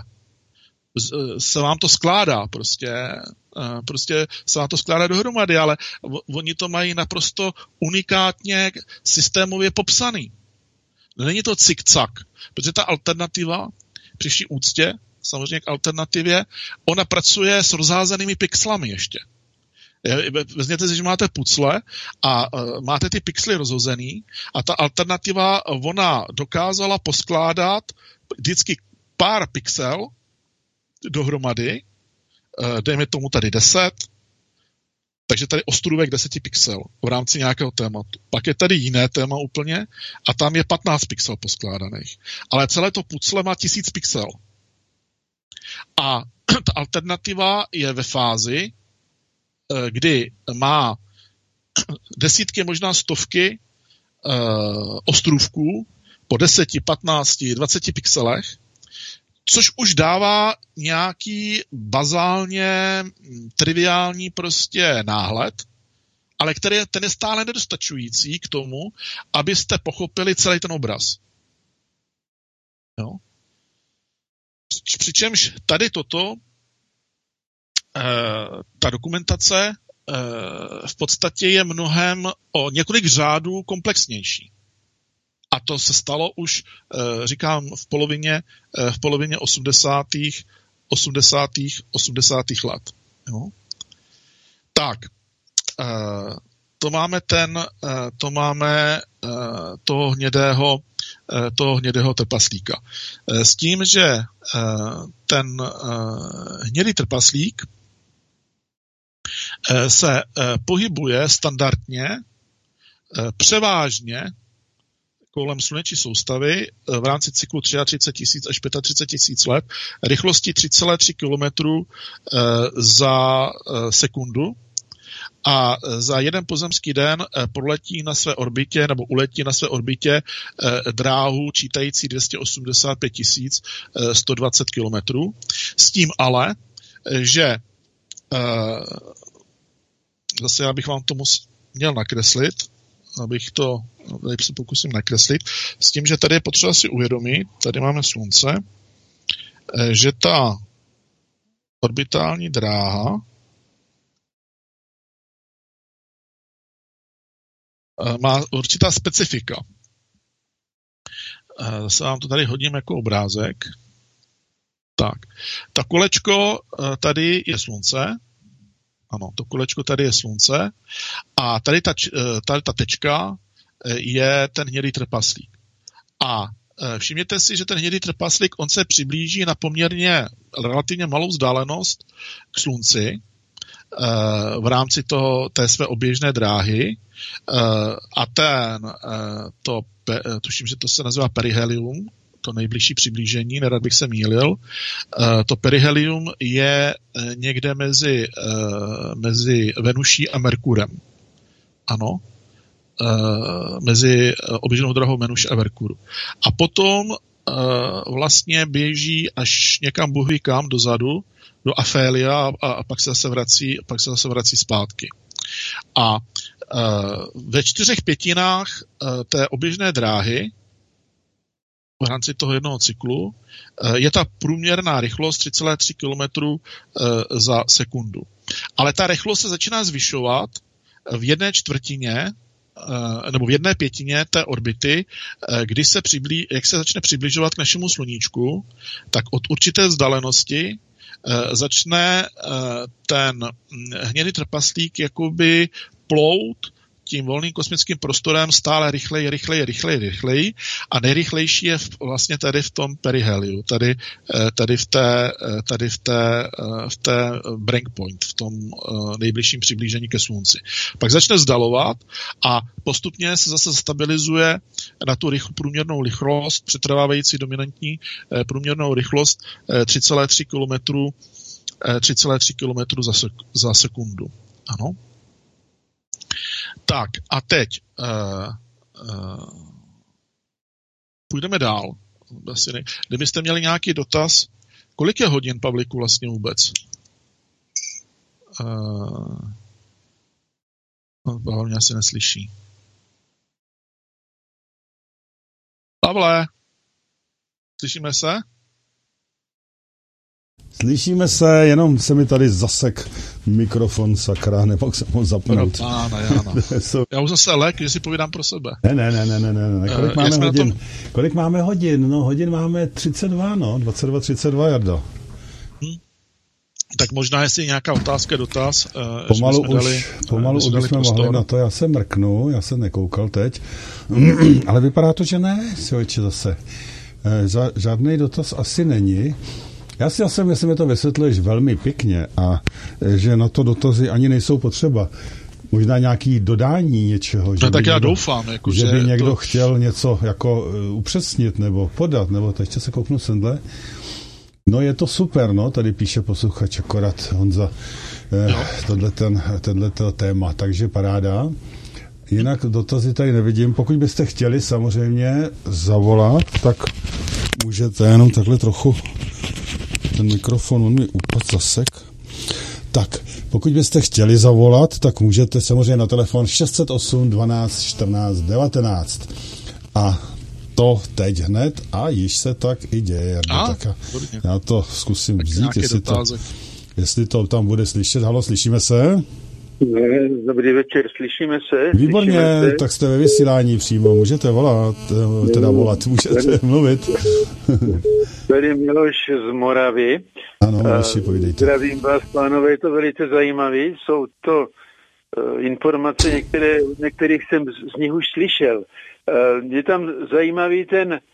Speaker 4: Se vám to skládá prostě, prostě se vám to skládá dohromady, ale oni to mají naprosto unikátně systémově popsaný. Není to cik-cak, protože ta alternativa, při vší úctě, samozřejmě k alternativě, ona pracuje s rozházenými pixlami ještě. Vezměte si, že máte pucle a máte ty pixely rozhozený a ta alternativa, ona dokázala poskládat vždycky pár pixel dohromady, dejme tomu tady deset, takže tady ostrůvek deseti pixel v rámci nějakého tématu. Pak je tady jiné téma úplně a tam je patnáct pixel poskládaných. Ale celé to pucle má tisíc pixel. A ta alternativa je ve fázi, kdy má desítky, možná stovky uh, ostrůvků po deseti, patnácti, dvaceti pixelech, což už dává nějaký bazálně triviální prostě náhled, ale který je, ten je stále nedostačující k tomu, abyste pochopili celý ten obraz. Jo? Přičemž tady toto, uh, ta dokumentace v podstatě je mnohem o několik řádů komplexnější. A to se stalo už, říkám, v polovině, v polovině osmdesátých, osmdesátých, osmdesátých let. Jo? Tak, to máme ten, to máme toho hnědého, toho hnědého trpaslíka. S tím, že ten hnědý trpaslík se pohybuje standardně převážně kolem sluneční soustavy v rámci cyklu třicet tři tisíc až třicet pět tisíc let rychlostí tři celé tři kilometru za sekundu a za jeden pozemský den proletí na své orbitě nebo uletí na své orbitě dráhu čítající dvě stě osmdesát pět tisíc sto dvacet kilometrů. S tím ale, že zase já bych vám to mus, měl nakreslit, abych to, tady se pokusím nakreslit, s tím, že tady je potřeba si uvědomit, tady máme Slunce, že ta orbitální dráha má určitá specifika. Zase vám to tady hodím jako obrázek. Tak, ta kolečko tady je Slunce, ano, to kolečko tady je Slunce a tady ta, tady ta tečka je ten hnědý trpaslík. A všimněte si, že ten hnědý trpaslík, on se přiblíží na poměrně relativně malou vzdálenost k Slunci v rámci toho, té své oběžné dráhy a ten, to, tuším, že to se nazývá perihelium, to nejbližší přiblížení, nerad bych se mýlil. To perihelium je někde mezi, mezi Venuší a Merkurem. Ano. Mezi oběžnou drahou Venuše a Merkuru. A potom vlastně běží až někam Bůh ví kam dozadu, do Afélia a, a pak se zase vrací, pak se zase vrací zpátky. A ve čtyřech pětinách té oběžné dráhy v rámci toho jednoho cyklu je ta průměrná rychlost tři celé tři kilometru za sekundu. Ale ta rychlost se začíná zvyšovat v jedné čtvrtině nebo v jedné pětině té orbity, kdy se přiblí, jak se začne přibližovat k našemu sluníčku, tak od určité vzdálenosti začne ten hnědý trpaslík jakoby plout tím volným kosmickým prostorem stále rychleji, rychleji, rychleji, rychleji a nejrychlejší je vlastně tady v tom periheliu, tady, tady v té, tady v té, v té break point, v tom nejbližším přiblížení ke Slunci. Pak začne vzdalovat a postupně se zase stabilizuje na tu rychl, průměrnou rychlost, přetrvávající dominantní průměrnou rychlost tři celé tři kilometru tři celé tři kilometru za, sek, za sekundu. Ano. Tak a teď uh, uh, půjdeme dál. Kdybyste měli nějaký dotaz, kolik je hodin, Pavlíku, vlastně vůbec? Uh, no, Pavel mě asi neslyší. Pavle, slyšíme se?
Speaker 3: Slyšíme se, jenom se mi tady zasek mikrofon, sakra, nemohl jsem ho zapnout.
Speaker 4: Pána, Jana. Já už zase lek, že si povídám pro sebe.
Speaker 3: Ne, ne, ne, ne, ne, ne. Kolik uh, máme hodin? Tom... Kolik máme hodin? No, hodin máme třicet dva, no, dvacet dva třicet dva, Jardo.
Speaker 4: Hmm. Tak možná, jestli nějaká otázka, dotaz. Uh,
Speaker 3: pomalu už, dali, pomalu už bychom mohli na to, já se mrknu, já jsem nekoukal teď, ale vypadá to, že ne, svědče zase. Uh, žádný dotaz asi není. Já si asi myslím, že to vysvětluješ velmi pěkně a že na to dotazy ani nejsou potřeba. Možná nějaký dodání něčeho.
Speaker 4: No, tak já někdo, doufám. Jako,
Speaker 3: že, že by někdo
Speaker 4: to...
Speaker 3: chtěl něco jako upřesnit nebo podat, nebo to ještě se kouknu semhle. No je to super, no, tady píše posluchač akorát Honza, eh, tohle ten, tenhleto téma, takže paráda. Jinak dotazy tady nevidím. Pokud byste chtěli samozřejmě zavolat, tak můžete jenom takhle trochu ten mikrofon, on mi upadl zasek. Tak, pokud byste chtěli zavolat, tak můžete samozřejmě na telefon šest set osm dvanáct čtrnáct devatenáct. A to teď hned a již se tak i děje. A, tak já to zkusím tak vzít, jestli to, jestli to tam bude slyšet. Halo, slyšíme se?
Speaker 2: Ne, dobrý večer, slyšíme se.
Speaker 3: Výborně,
Speaker 2: slyšíme se.
Speaker 3: Tak jste ve vysílání přímo, můžete volat, teda volat, můžete mluvit.
Speaker 2: Tady Miloš z Moravy.
Speaker 3: Ano, Miloši, povídejte.
Speaker 2: Zdravím vás, pánové, je to velice zajímavé. Jsou to uh, informace, některé, některých jsem z nich už slyšel. Uh, je tam zajímavý ten uh,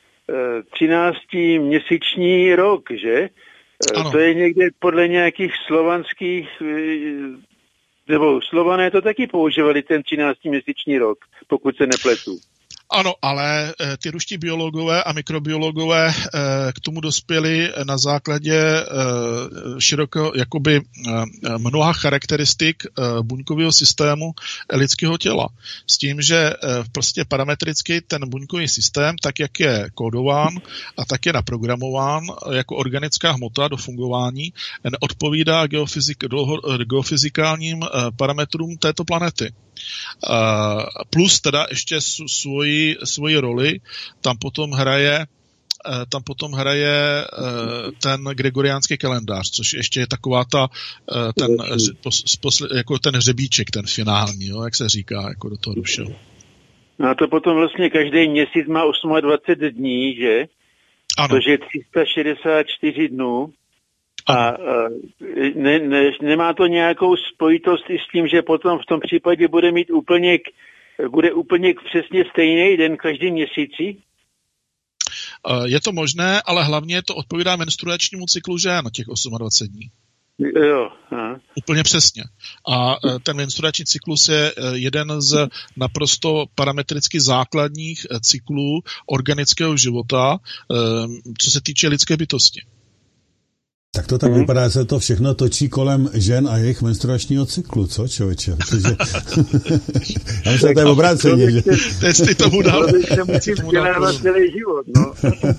Speaker 2: třináctiměsíční rok, že? Uh, to je někde podle nějakých slovanských... Uh, nebo Slované to taky používali ten třináctiměsíční rok, pokud se nepletu.
Speaker 4: Ano, ale ty ruští biologové a mikrobiologové k tomu dospěli na základě široko, jakoby mnoha charakteristik buňkového systému lidského těla. S tím, že prostě parametricky ten buňkový systém, tak jak je kódován a tak je naprogramován jako organická hmota do fungování, neodpovídá geofyzik, geofyzikálním parametrům této planety. Uh, plus teda ještě svoji, svoji roli tam potom hraje uh, tam potom hraje uh, ten gregoriánský kalendář, což ještě je taková ta uh, ten, pos, posle, jako ten hřebíček, ten finální, jo, jak se říká, jako do toho došel.
Speaker 2: No a to potom vlastně každý měsíc má dvacet osm dní, že?
Speaker 4: Ano.
Speaker 2: Což je tři sta šedesát čtyři dnů. A ne, ne, nemá to nějakou spojitost i s tím, že potom v tom případě bude mít úplně, bude úplně přesně stejný den každý měsíci?
Speaker 4: Je to možné, ale hlavně to odpovídá menstruačnímu cyklu žen, těch dvacet osm dní.
Speaker 2: Jo. Aha.
Speaker 4: Úplně přesně. A ten menstruační cyklus je jeden z naprosto parametricky základních cyklů organického života, co se týče lidské bytosti.
Speaker 3: Tak to tak mm. vypadá, že se to všechno točí kolem žen a jejich menstruačního cyklu, co člověče? Protože... Já myslím, že to je obráceně, že...
Speaker 4: Teď ty tomu dal.
Speaker 2: To se musím vzdělávat celý život, no.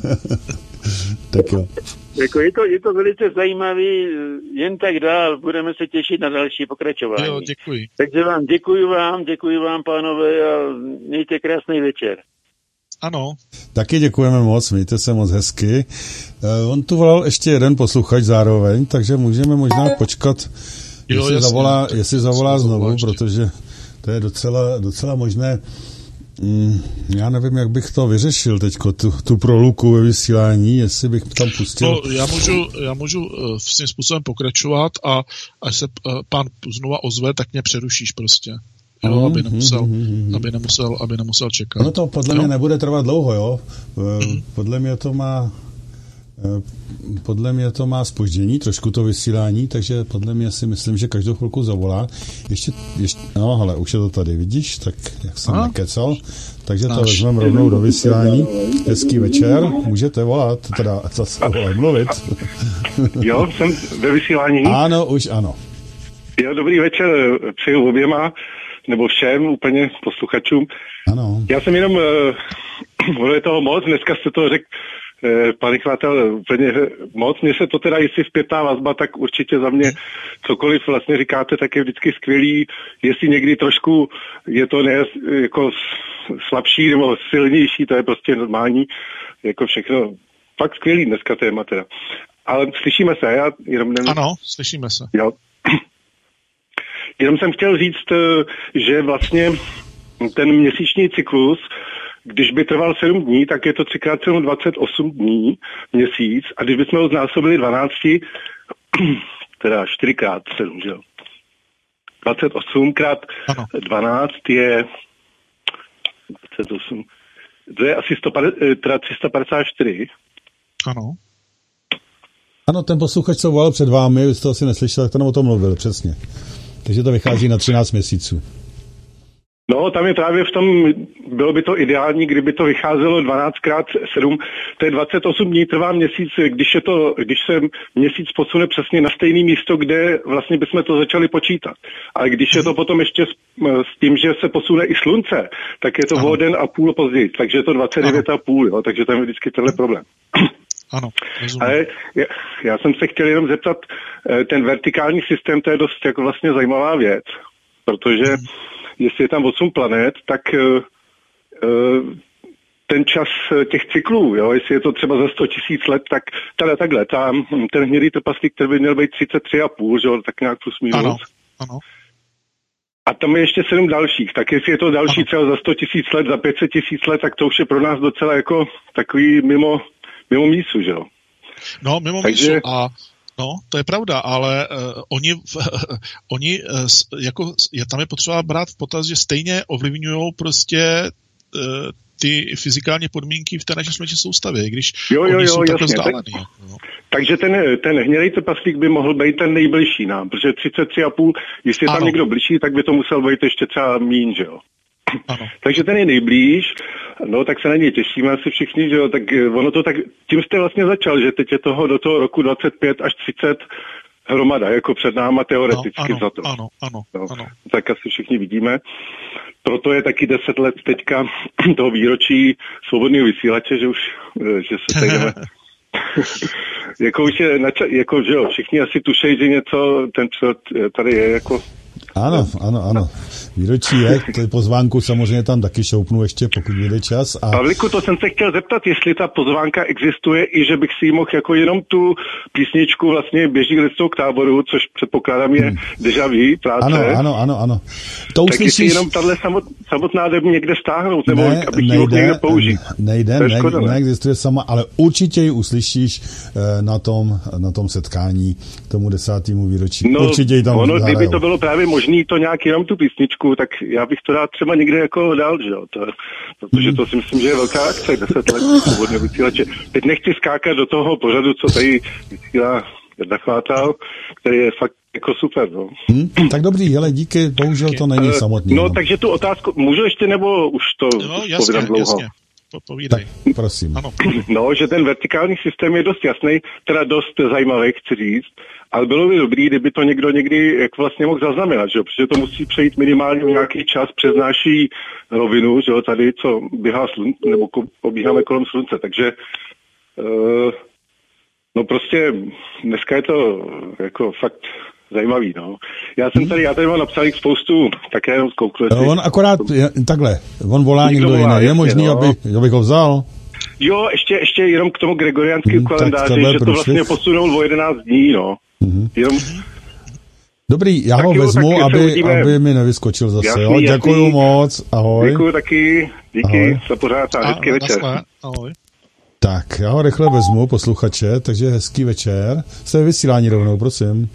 Speaker 3: Tak jo.
Speaker 2: Jako je, to, je to velice zajímavý, jen tak dál, budeme se těšit na další pokračování.
Speaker 4: Jo, děkuji.
Speaker 2: Takže vám děkuji vám, děkuji vám, pánové, a mějte krásný večer.
Speaker 4: Ano.
Speaker 3: Taky děkujeme moc, mějte se moc hezky. Uh, on tu volal ještě jeden posluchač zároveň, takže můžeme možná počkat, jo, jestli, jasně, zavolá, jestli zavolá znovu, ještě. Protože to je docela, docela možné. Mm, já nevím, jak bych to vyřešil teďko, tu, tu proluku ve vysílání, jestli bych tam pustil.
Speaker 4: No, já můžu, já můžu uh, s tím způsobem pokračovat a až se uh, pán znova ozve, tak mě přerušíš prostě. Jo, aby nemusel, aby nemusel, aby nemusel čekat.
Speaker 3: Ono to podle mě nebude trvat dlouho, jo. Podle mě to má podle mě to má zpoždění, trošku to vysílání, takže podle mě si myslím, že každou chvilku zavolá. Ještě, ještě no, hele, už je to tady, vidíš, tak jak jsem a? nekecal, takže to vezmeme rovnou do vysílání. Hezký večer, můžete volat, teda zase volat, mluvit.
Speaker 5: Jo, jsem ve vysílání.
Speaker 3: Ano, už ano.
Speaker 5: Jo, dobrý večer, přeju oběma, nebo všem úplně posluchačům.
Speaker 3: Ano.
Speaker 5: Já jsem jenom, uh, je toho moc, dneska jste to řekl, uh, pane Chvátel, úplně moc. Mně se to teda, jestli zpětná vazba, tak určitě za mě cokoliv vlastně říkáte, tak je vždycky skvělý. Jestli někdy trošku je to ne, jako slabší nebo silnější, to je prostě normální, jako všechno. Fakt skvělý dneska téma teda. Ale slyšíme se, já jenom nevím.
Speaker 4: Ano, slyšíme se.
Speaker 5: Jo. Jenom jsem chtěl říct, že vlastně ten měsíční cyklus, když by trval sedm dní, tak je to tři krát sedm, dvacet osm dní měsíc. A když bychom ho znásobili dvanácti, teda čtyři krát sedm, že jo? dvacet osm krát dvanáct je dvacet osm. To je asi sto padesát, teda tři sta padesát čtyři.
Speaker 4: Ano.
Speaker 3: Ano, ten posluchač, co volal před vámi, vy jste asi neslyšel, jak to o tom mluvil, přesně. Takže to vychází na třináct měsíců.
Speaker 5: No, tam je právě v tom, bylo by to ideální, kdyby to vycházelo dvanáct krát sedm, to je dvacet osm dní, trvá měsíc, když, je to, když se měsíc posune přesně na stejné místo, kde vlastně bychom to začali počítat. Ale když je to potom ještě s, s tím, že se posune i slunce, tak je to o den a půl později, takže je to dvacet devět a půl, jo, takže tam je vždycky tenhle problém.
Speaker 4: Ano, rozumím.
Speaker 5: Ale já, já jsem se chtěl jenom zeptat, ten vertikální systém, to je dost jako vlastně zajímavá věc, protože hmm. jestli je tam osm planet, tak uh, ten čas těch cyklů, jo, jestli je to třeba za sto tisíc let, tak tady takhle, tam ten hnědý trpaslík, který by měl být třicet tři a půl, že jo, tak nějak plus minus.
Speaker 4: Ano, ano.
Speaker 5: A tam je ještě sedm dalších, tak jestli je to další ano. třeba za sto tisíc let, za pět set tisíc let, tak to už je pro nás docela jako takový mimo, mimo mísu, že jo.
Speaker 4: No, mimo Takže... mísu a no, to je pravda, ale uh, oni, uh, oni uh, jako, je, tam je potřeba brát v potaz, že stejně ovlivňují prostě uh, ty fyzikální podmínky v té naší slunečné soustavě, když
Speaker 5: jo, jo,
Speaker 4: oni
Speaker 5: jo,
Speaker 4: jsou takhle vzdálený.
Speaker 5: Tak, no. Takže ten, ten hnědý trpaslík by mohl být ten nejbližší nám, protože třicet tři a půl, jestli je tam někdo blížší, tak by to musel být ještě třeba míň, že jo.
Speaker 4: Ano.
Speaker 5: Takže ten je nejblíž, no tak se na něj těšíme asi všichni, že jo, tak ono to tak, tím jste vlastně začal, že teď je toho do toho roku dvacet pět až třicet hromada, jako před náma teoreticky
Speaker 4: no, ano,
Speaker 5: za to.
Speaker 4: Ano, ano,
Speaker 5: no,
Speaker 4: ano.
Speaker 5: Tak asi všichni vidíme. Proto je taky deset let teďka toho výročí svobodného vysílače, že už, že se sejdeme. jako už je, nača- jako, že jo, všichni asi tušejí, že něco, ten před tady je jako...
Speaker 3: Ano, ano, ano. Výročí je, to pozvánku samozřejmě tam taky šoupnu ještě, pokud vyjde čas. A...
Speaker 5: Pavliku, to jsem se chtěl zeptat, jestli ta pozvánka existuje i že bych si mohl jako jenom tu písničku vlastně Běží listou k táboru, což předpokládám je hmm. déjà vu práce.
Speaker 3: Ano, ano, ano, ano. To
Speaker 5: tak jestli jenom tahle samot, samotná jde někde stáhnout, nebo
Speaker 3: ne,
Speaker 5: abych ji mohl někde použít.
Speaker 3: Nejde, ne, škoda, ne, neexistuje sama, ale určitě ji uslyšíš na tom, na tom setkání tomu desátému výročí.
Speaker 5: No,
Speaker 3: určitě ji tam
Speaker 5: ono,
Speaker 3: zahrajou.
Speaker 5: Kdyby to bylo právě možný to nějak jenom tu písničku, tak já bych to dát třeba někde jako dál, že jo, to, protože to si myslím, že je velká akce, deset let svobodného vysílače. Teď nechci skákat do toho pořadu, co tady vysílá Jarda Chvátal, který je fakt jako super, no.
Speaker 3: Hmm, tak dobrý, hele, díky, bohužel to není uh, samotný.
Speaker 5: No, no, takže tu otázku, můžu ještě, nebo už to
Speaker 4: no, jasně,
Speaker 5: povídám dlouho?
Speaker 4: Jasně. Povídej.
Speaker 3: Tak, prosím.
Speaker 4: Ano.
Speaker 5: No, že ten vertikální systém je dost jasný, teda dost zajímavý, chci říct, ale bylo by dobrý, kdyby to někdo někdy jak vlastně mohl zaznamenat, že jo? Protože to musí přejít minimálně nějaký čas přes naší rovinu, že jo, tady, co běhá slunce, nebo obíháme kolem slunce, takže uh, no prostě dneska je to jako fakt zajímavý, no. Já jsem tady, já tady mám napsal spoustu, také jenom zkoukl.
Speaker 3: No, on akorát, takhle, on volá někdo, někdo jiný, je možný, no. aby, aby ho vzal?
Speaker 5: Jo, ještě, ještě jenom k tomu gregoriánskému hmm, kalendáři, že to vlastně posunul o jedenáct dní, no. Hmm. Jenom...
Speaker 3: Dobrý, já
Speaker 5: tak
Speaker 3: ho
Speaker 5: jo,
Speaker 3: vezmu, aby, aby mi nevyskočil zase, jasný, jo. Děkuju jasný. moc, ahoj.
Speaker 5: Děkuju taky, díky, ahoj. Za pořád a hezký večer.
Speaker 4: Ahoj.
Speaker 3: Tak, já ho rychle vezmu, posluchače, takže hezký večer. Jste vysílání rovnou, prosím.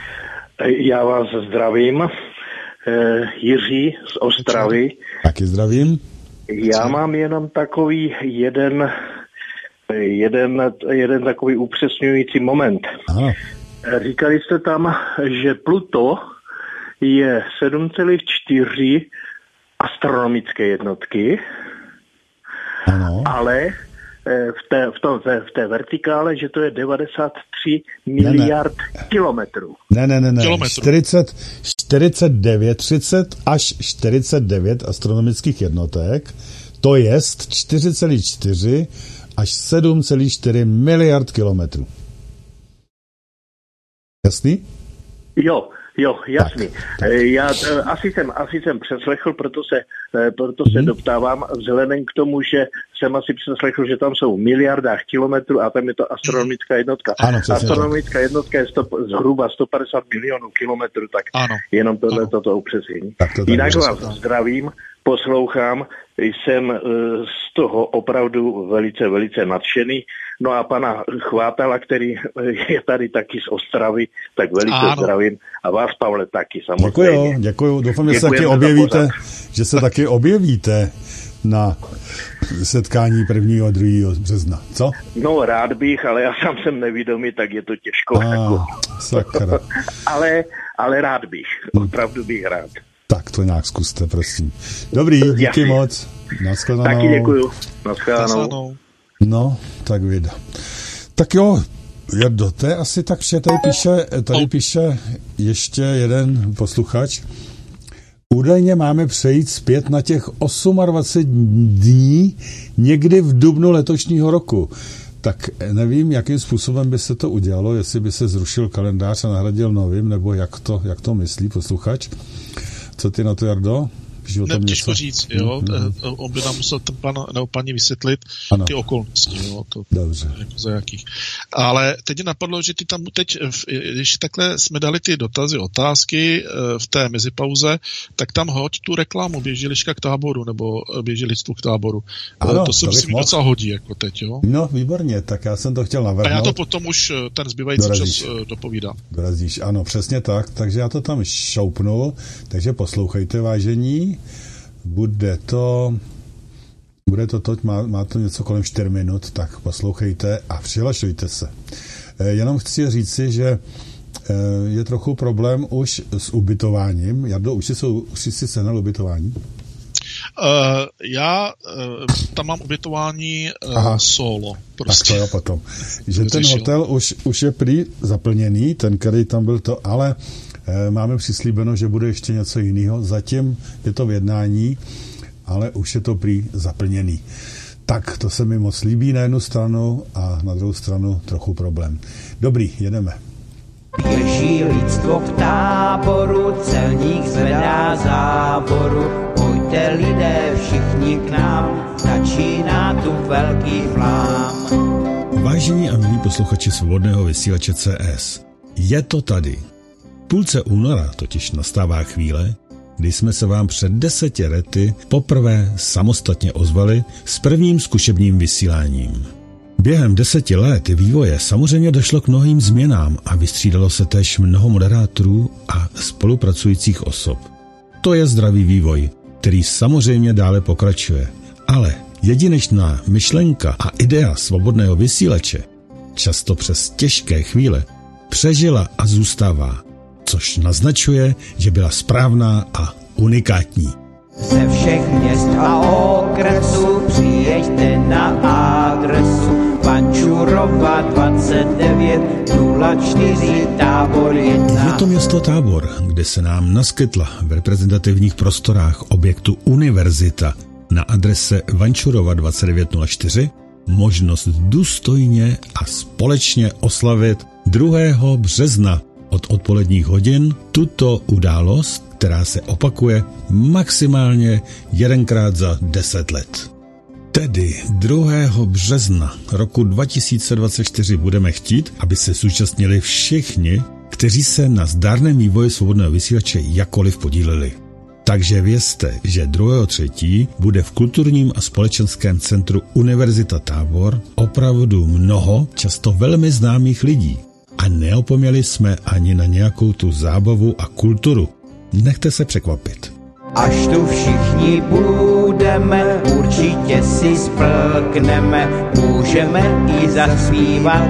Speaker 6: Já vás zdravím, Jiří z Ostravy.
Speaker 3: Taky zdravím.
Speaker 6: Já mám jenom takový jeden, jeden, jeden takový upřesňující moment.
Speaker 3: Aha.
Speaker 6: Říkali jste tam, že Pluto je sedm celá čtyři astronomické jednotky,
Speaker 3: ano.
Speaker 6: ale v té, v, tom, v té vertikále, že to je devadesát tři miliard ne, ne. kilometrů.
Speaker 3: Ne, ne, ne, ne. čtyřicet, čtyřicet devět, třicet až čtyřicet devět astronomických jednotek, to jest čtyři celá čtyři až sedm celá čtyři miliard kilometrů. Jasný?
Speaker 6: Jo, jo, jasný. Tak, tak. Já asi jsem, asi jsem přeslechl, proto se, proto se hmm. doptávám, vzhledem k tomu, že jsem asi přeslechl, že tam jsou v miliardách kilometrů a tam je to astronomická jednotka.
Speaker 3: Ano,
Speaker 6: astronomická tak. jednotka je sto, zhruba sto padesát milionů kilometrů, tak ano. jenom tohle toto upřesnění. To Jinak vás to. zdravím, poslouchám, jsem z toho opravdu velice, velice nadšený. No a pana Chvátala, který je tady taky z Ostravy, tak velice ano. zdravím. A vás, Pavle, taky samozřejmě.
Speaker 3: Děkuju, děkuju. Doufám, že se taky objevíte, že se taky objevíte na setkání prvního a druhého března. Co?
Speaker 6: No, rád bych, ale já sám jsem nevědomý, tak je to těžko.
Speaker 3: Ah, sakra.
Speaker 6: ale, ale rád bych. Opravdu bych rád.
Speaker 3: Tak to nějak zkuste, prosím. Dobrý, díky Jasně. moc. Naschledanou.
Speaker 6: Taky děkuju. Naschledanou.
Speaker 3: No, tak vida. Tak jo, do té asi tak vše. Tady píše, tady píše ještě jeden posluchač. Údajně máme přejít zpět na těch dvacet osm dní někdy v dubnu letošního roku. Tak nevím, jakým způsobem by se to udělalo, jestli by se zrušil kalendář a nahradil novým, nebo jak to, jak to myslí posluchač. Co ty na to, Jardo?
Speaker 4: Ne, těžko říct, jo. Mm-hmm. On by nám musel ten pan, nebo paní vysvětlit ano. ty okolnosti, jo. To,
Speaker 3: Dobře.
Speaker 4: Jako za jakých. Ale teď mě napadlo, že ty tam teď, když takhle jsme dali ty dotazy, otázky v té mezipauze, tak tam hoď tu reklamu běželiška k táboru, nebo běželictvu k táboru. Ano, to se myslím docela hodí, jako teď, jo.
Speaker 3: No, výborně, tak já jsem to chtěl navrhnout.
Speaker 4: A já to potom už ten zbývající Dorazíš. čas dopovídám.
Speaker 3: Dorazíš, ano, přesně tak, takže já to tam šoupnu, takže poslouchejte, vážení. Bude to, bude to toť, má, má to něco kolem čtyři minut, tak poslouchejte a přihlašujte se. E, jenom chci říci, že e, je trochu problém už s ubytováním. Jardo, už jsi, už jsi sehnal ubytování?
Speaker 4: Uh, já uh, tam mám ubytování uh, solo. Prostě.
Speaker 3: Tak to jo potom. Že ten hotel už, už je prý zaplněný, ten, který tam byl to, ale máme přislíbeno, že bude ještě něco jiného. Zatím je to v jednání, ale už je to prý zaplněný. Tak to se mi moc líbí na jednu stranu a na druhou stranu trochu problém. Dobrý, jedeme.
Speaker 1: Běží lidstvo k táboru, celník zvedá záboru. Pojďte lidé všichni k nám, začíná tu velký flám.
Speaker 3: Vážení a milí posluchači Svobodného vysílače C S, je to tady. V půlce února totiž nastává chvíle, kdy jsme se vám před deseti lety poprvé samostatně ozvali s prvním zkušebním vysíláním. Během deseti let vývoje samozřejmě došlo k mnohým změnám a vystřídalo se též mnoho moderátorů a spolupracujících osob. To je zdravý vývoj, který samozřejmě dále pokračuje. Ale jedinečná myšlenka a idea Svobodného vysílače, často přes těžké chvíle, přežila a zůstává, což naznačuje, že byla správná a unikátní.
Speaker 1: Ze všech měst a okresů přijeďte na adresu Vančurova dvacet devět nula čtyři Tábor jedna.
Speaker 3: Je to město Tábor, kde se nám naskytla v reprezentativních prostorách objektu Univerzita na adrese Vančurova dvacet devět nula čtyři možnost důstojně a společně oslavit druhého března od odpoledních hodin tuto událost, která se opakuje maximálně jedenkrát za deset let. Tedy druhého března roku dva tisíce dvacet čtyři budeme chtít, aby se zúčastnili všichni, kteří se na zdárném vývoji Svobodného vysílače jakkoliv podíleli. Takže vězte, že druhého třetího bude v kulturním a společenském centru Univerzita Tábor opravdu mnoho, často velmi známých lidí. A neopomněli jsme ani na nějakou tu zábavu a kulturu. Nechte se překvapit.
Speaker 1: Až tu všichni budeme, určitě si splkneme, můžeme i zaspívat,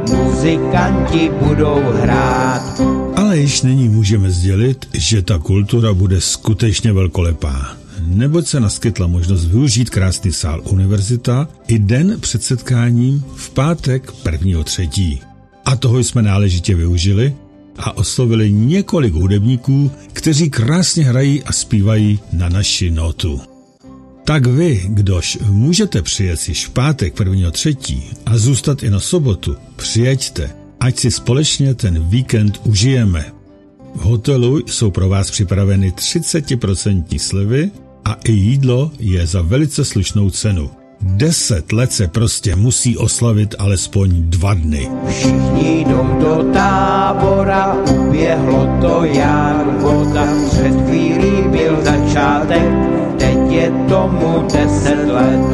Speaker 1: muzikanti budou hrát.
Speaker 3: Ale již nyní můžeme sdělit, že ta kultura bude skutečně velkolepá. Neboť se naskytla možnost využít krásný sál Univerzita i den před setkáním v pátek prvního třetího A toho jsme náležitě využili a oslovili několik hudebníků, kteří krásně hrají a zpívají na naši notu. Tak vy, kdož můžete přijet již v pátek prvního třetího a zůstat i na sobotu, přijeďte, ať si společně ten víkend užijeme. V hotelu jsou pro vás připraveny třicet procent slevy a i jídlo je za velice slušnou cenu. Deset let se prostě musí oslavit alespoň dva dny.
Speaker 1: Všichni jdou do Tábora, uběhlo to jak voda. Před chvílí byl začátek, teď je tomu deset let.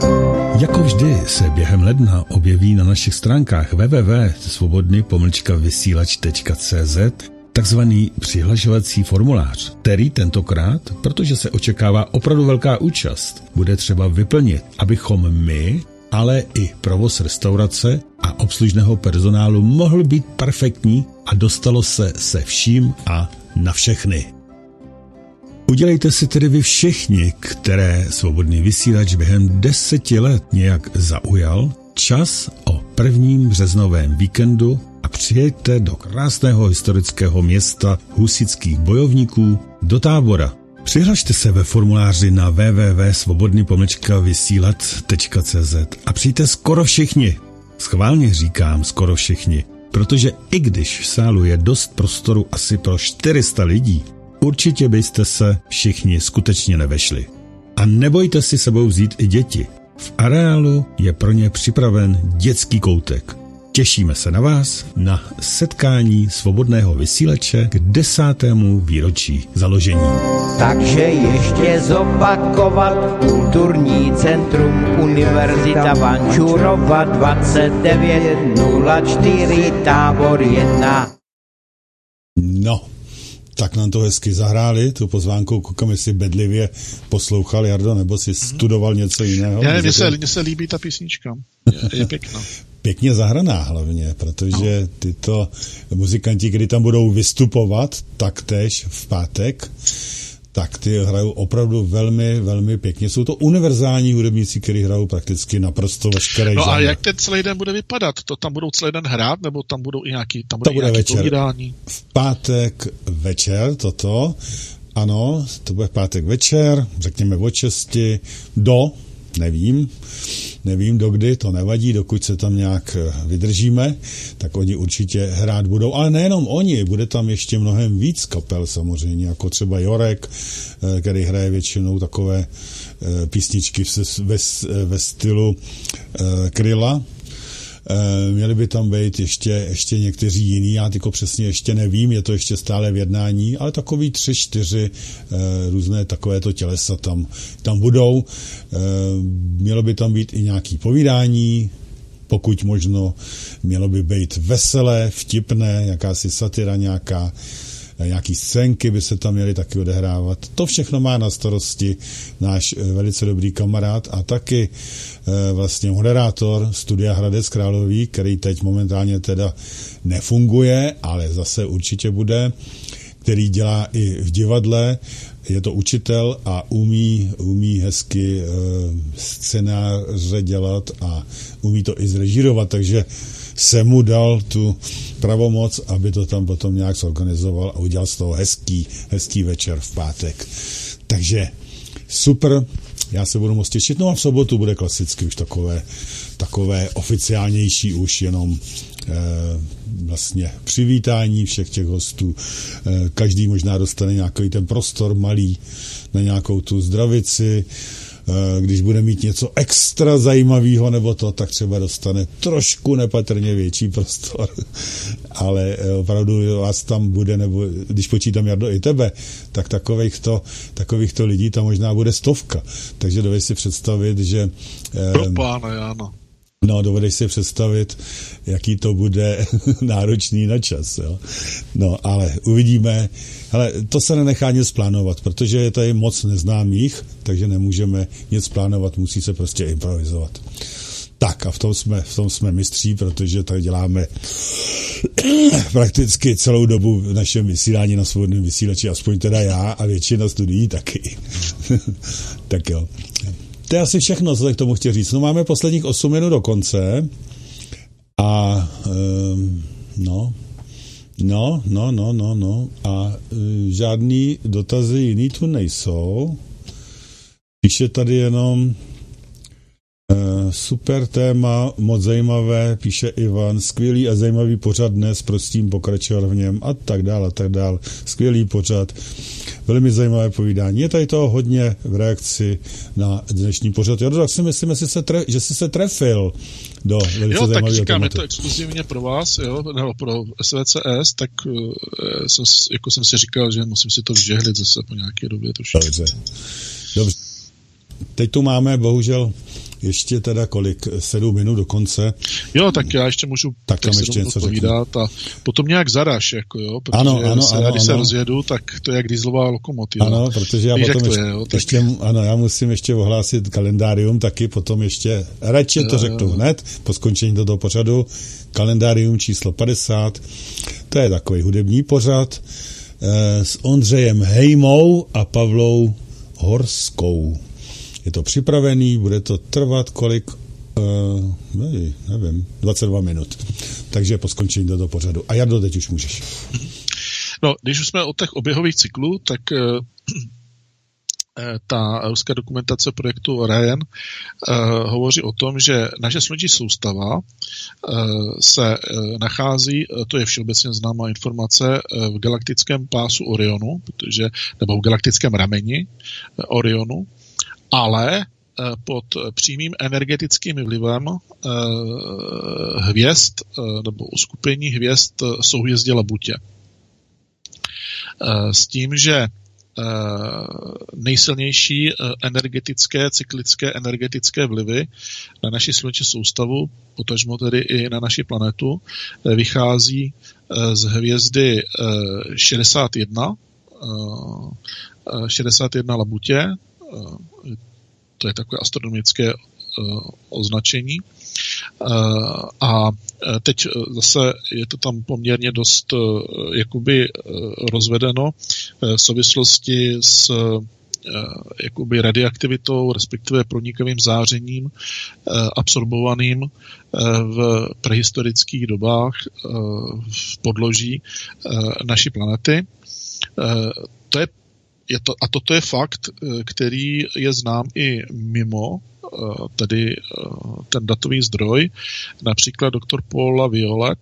Speaker 3: Jako vždy se během ledna objeví na našich stránkách w w w tečka svobodny pomlčka vysílač tečka c z takzvaný přihlašovací formulář, který tentokrát, protože se očekává opravdu velká účast, bude třeba vyplnit, abychom my, ale i provoz restaurace a obslužného personálu mohl být perfektní a dostalo se se vším a na všechny. Udělejte si tedy vy všichni, které Svobodný vysílač během deseti let nějak zaujal, čas o prvním březnovém víkendu a přijeďte do krásného historického města husitských bojovníků do Tábora. Přihlašte se ve formuláři na w w w tečka svobodný pomlčka vysílat tečka c z a přijďte skoro všichni. Schválně říkám skoro všichni, protože i když v sálu je dost prostoru asi pro čtyři sta lidí, určitě byste se všichni skutečně nevešli. A nebojte si sebou vzít i děti. V areálu je pro ně připraven dětský koutek. Těšíme se na vás na setkání Svobodného vysílače k desátému výročí založení.
Speaker 1: Takže ještě zopakovat Kulturní centrum Univerzita Vančurova dvacet devět nula čtyři Tábor jedna.
Speaker 3: No, tak nám to hezky zahráli, tu pozvánku, koukám, jestli bedlivě poslouchal, Jardo, nebo si studoval něco jiného.
Speaker 4: Ne, mně se, mně se líbí ta písnička, je, je pěkná.
Speaker 3: Pěkně zahraná hlavně, protože tyto muzikanti, kteří tam budou vystupovat taktéž v pátek, tak ty hrajou opravdu velmi, velmi pěkně. Jsou to univerzální hudebníci, kteří hrajou prakticky naprosto veškeré
Speaker 4: No
Speaker 3: žánry.
Speaker 4: A jak ten celý den bude vypadat? To tam budou celý den hrát, nebo tam budou i nějaký, tam
Speaker 3: to
Speaker 4: bude
Speaker 3: bude
Speaker 4: nějaký
Speaker 3: povídání? V pátek večer toto, ano, to bude v pátek večer, řekněme od šesti do, nevím, nevím dokdy, to nevadí, dokud se tam nějak vydržíme, tak oni určitě hrát budou, ale nejenom oni, bude tam ještě mnohem víc kapel samozřejmě, jako třeba Jorek, který hraje většinou takové písničky ve, ve stylu Kryla. Měli by tam být ještě, ještě někteří jiní, já tyko přesně ještě nevím, je to ještě stále v jednání, ale takový tři, čtyři různé takovéto tělesa tam, tam budou. Mělo by tam být i nějaké povídání, pokud možno mělo by být veselé, vtipné, jakási satira nějaká, nějaký scénky by se tam měly taky odehrávat. To všechno má na starosti náš velice dobrý kamarád a taky vlastně moderátor Studia Hradec Králové, který teď momentálně teda nefunguje, ale zase určitě bude, který dělá i v divadle, je to učitel a umí, umí hezky scénáře dělat a umí to i zrežírovat, takže se mu dal tu pravomoc, aby to tam potom nějak zorganizoval a udělal z toho hezký, hezký večer v pátek. Takže super, já se budu moc těšit. No a v sobotu bude klasicky už takové, takové oficiálnější už jenom eh, vlastně přivítání všech těch hostů. Eh, každý možná dostane nějaký ten prostor malý na nějakou tu zdravici. Když bude mít něco extra zajímavého nebo to, tak třeba dostane trošku nepatrně větší prostor. Ale opravdu vás tam bude, nebo když počítám, Jardo, i tebe, tak takovýchto, takovýchto lidí tam možná bude stovka. Takže dovedeš si představit, že...
Speaker 4: Pro pána Jána.
Speaker 3: No, dovedeš si představit, jaký to bude náročný na čas. Jo? No, ale uvidíme. Ale to se nenechá nic plánovat, protože je tady moc neznámých, takže nemůžeme nic plánovat, musí se prostě improvizovat. Tak a v tom jsme, v tom jsme mistří, protože tak děláme prakticky celou dobu v našem vysílání na Svobodném vysílači, aspoň teda já a většina studií taky. Tak jo. To je asi všechno, co tak tomu chtěl říct. No máme posledních osm minut do konce a um, no, no, no, no, no, no a um, žádný dotazy jiný tu nejsou. Píše tady jenom uh, super téma, moc zajímavé, píše Ivan, skvělý a zajímavý pořad dnes, prosím pokračovat v něm a tak dál a tak dál. Skvělý pořad. Velmi zajímavé povídání. Je tady toho hodně v reakci na dnešní pořad. Jo, tak si myslím, že jsi se, tref, že jsi se trefil do velice
Speaker 4: jo,
Speaker 3: zajímavého
Speaker 4: tak říkám,
Speaker 3: tématu.
Speaker 4: je to exkluzivně pro vás, jo, nebo pro S V C S, tak uh, jsem, jako jsem si říkal, že musím si to vžehlit zase po nějaké době.
Speaker 3: Dobře. Dobře. Teď tu máme, bohužel, ještě teda kolik, sedm minut do konce.
Speaker 4: Jo, tak já ještě můžu
Speaker 3: tak tam ještě něco
Speaker 4: povídat a potom nějak zadáš, jako jo, protože
Speaker 3: ano, ano,
Speaker 4: se,
Speaker 3: ano,
Speaker 4: když
Speaker 3: ano.
Speaker 4: se rozjedu, tak to je jak dieselová lokomotiva.
Speaker 3: Ano, protože já
Speaker 4: Víš,
Speaker 3: potom ještě,
Speaker 4: je, jo, tak...
Speaker 3: ještě, ano, já musím ještě ohlásit kalendárium taky, potom ještě, radši to řeknu hned, po skončení toho pořadu, kalendárium číslo padesát, to je takový hudební pořad, s Ondřejem Hejmou a Pavlou Horskou. Je to připravený, bude to trvat kolik? Uh, nevím, nevím, dvacet dva minut. Takže po skončení tohoto pořadu. A Jardo, teď už můžeš.
Speaker 4: No, když už jsme o těch oběhových cyklů, tak uh, ta ruská dokumentace projektu Orion uh, hovoří o tom, že naše sluneční soustava uh, se uh, nachází, uh, to je všeobecně známá informace, uh, v galaktickém pásu Orionu, protože, nebo v galaktickém rameni uh, Orionu, ale uh, pod přímým energetickým vlivem uh, hvězd uh, nebo uskupení hvězd uh, souhvězdě Labutě. Uh, s tím, že nejsilnější energetické, cyklické energetické vlivy na naši sluneční soustavu, potažmo tedy i na naši planetu, vychází z hvězdy šedesát jedna, šedesát jedna Labutě, to je takové astronomické označení. A teď zase je to tam poměrně dost jakoby rozvedeno v souvislosti s jakoby radioaktivitou, respektive pronikavým zářením absorbovaným v prehistorických dobách v podloží naší planety. To je, je to, a toto je fakt, který je znám i mimo tedy ten datový zdroj. Například doktor Paul LaViolette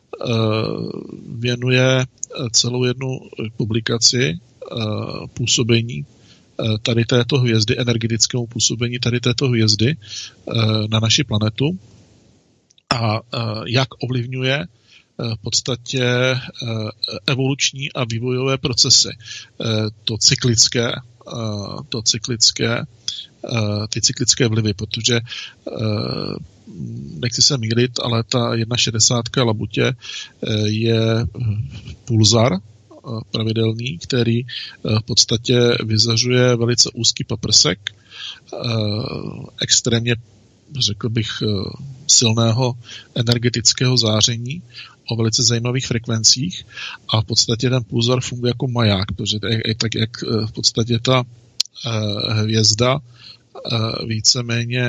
Speaker 4: věnuje celou jednu publikaci působení tady této hvězdy, energetickému působení tady této hvězdy na naši planetu a jak ovlivňuje v podstatě evoluční a vývojové procesy. To cyklické, to cyklické ty cyklické vlivy, protože nechci se mýlit, ale ta jedna šedesátka Labutě je pulzar pravidelný, který v podstatě vyzařuje velice úzký paprsek, extrémně, řekl bych, silného energetického záření o velice zajímavých frekvencích a v podstatě ten pulzar funguje jako maják, protože tak, jak v podstatě ta hvězda víceméně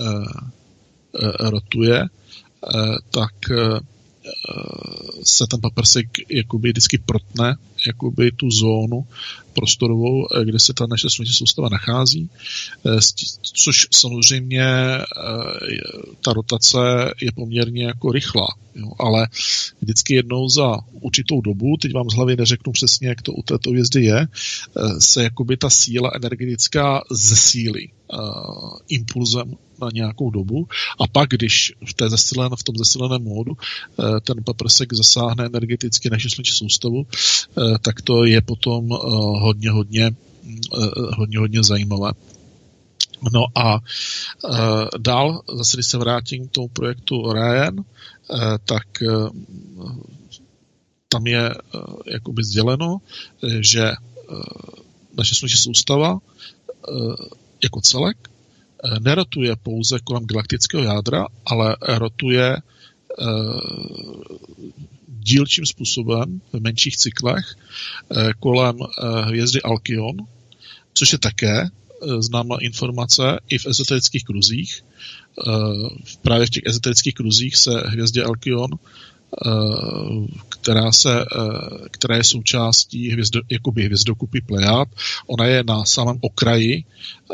Speaker 4: rotuje, tak se ten paprsek jakoby vždycky protne jakoby tu zónu prostorovou, kde se ta naše sluneční soustava nachází, což samozřejmě ta rotace je poměrně jako rychlá, jo, ale vždycky jednou za určitou dobu, teď vám z hlavy neřeknu přesně, jak to u této hvězdy je, se jakoby ta síla energetická zesílí uh, impulzem na nějakou dobu a pak, když v, té zesilen, v tom zesileném módu uh, ten paprsek zasáhne energeticky naši sluneční soustavu, uh, tak to je potom uh, hodně, hodně, uh, hodně, hodně zajímavé. No a uh, dál, zase když se vrátím k tomu projektu Orion, uh, tak uh, tam je uh, jakoby sděleno, že uh, naše sluneční soustava uh, jako celek uh, nerotuje pouze kolem galaktického jádra, ale rotuje uh, dílčím způsobem v menších cyklech uh, kolem uh, hvězdy Alkion, což je také známá informace i v ezoterických kruzích. Právě v těch ezoterických kruzích se hvězdě Alkion, která, se, která je součástí hvězdo, jakoby hvězdokupy Plejád, ona je na samém okraji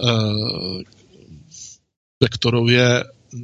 Speaker 4: vektorově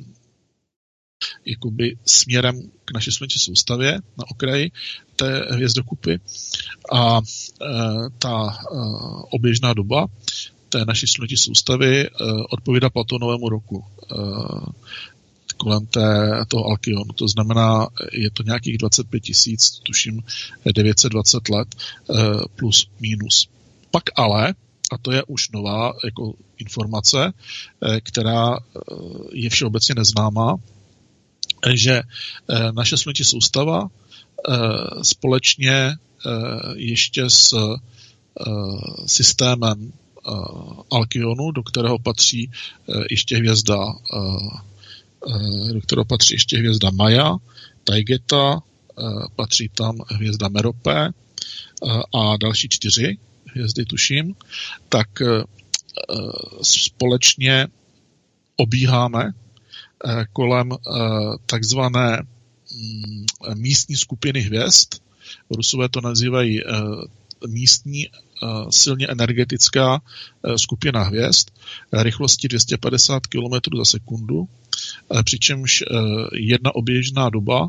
Speaker 4: jakoby směrem k naší sluneční soustavě na okraji té hvězdokupy a ta oběžná doba té naší sluneční soustavy uh, odpovídá Platonovému roku uh, kolem té, toho Alkionu. To znamená, je to nějakých dvacet pět tisíc, tuším devět set dvacet let uh, plus minus. Pak ale, a to je už nová jako informace, uh, která uh, je všeobecně neznámá, že uh, naše sluneční soustava uh, společně uh, ještě s uh, systémem Alkionu, do kterého patří ještě hvězda do kterého patří ještě hvězda Maja, Taygeta, patří tam hvězda Merope, a další čtyři hvězdy, tuším, tak společně obíháme kolem takzvané místní skupiny hvězd. Rusové to nazývají místní silně energetická skupina hvězd rychlostí dvě stě padesát kilometrů za sekundu, přičemž jedna oběžná doba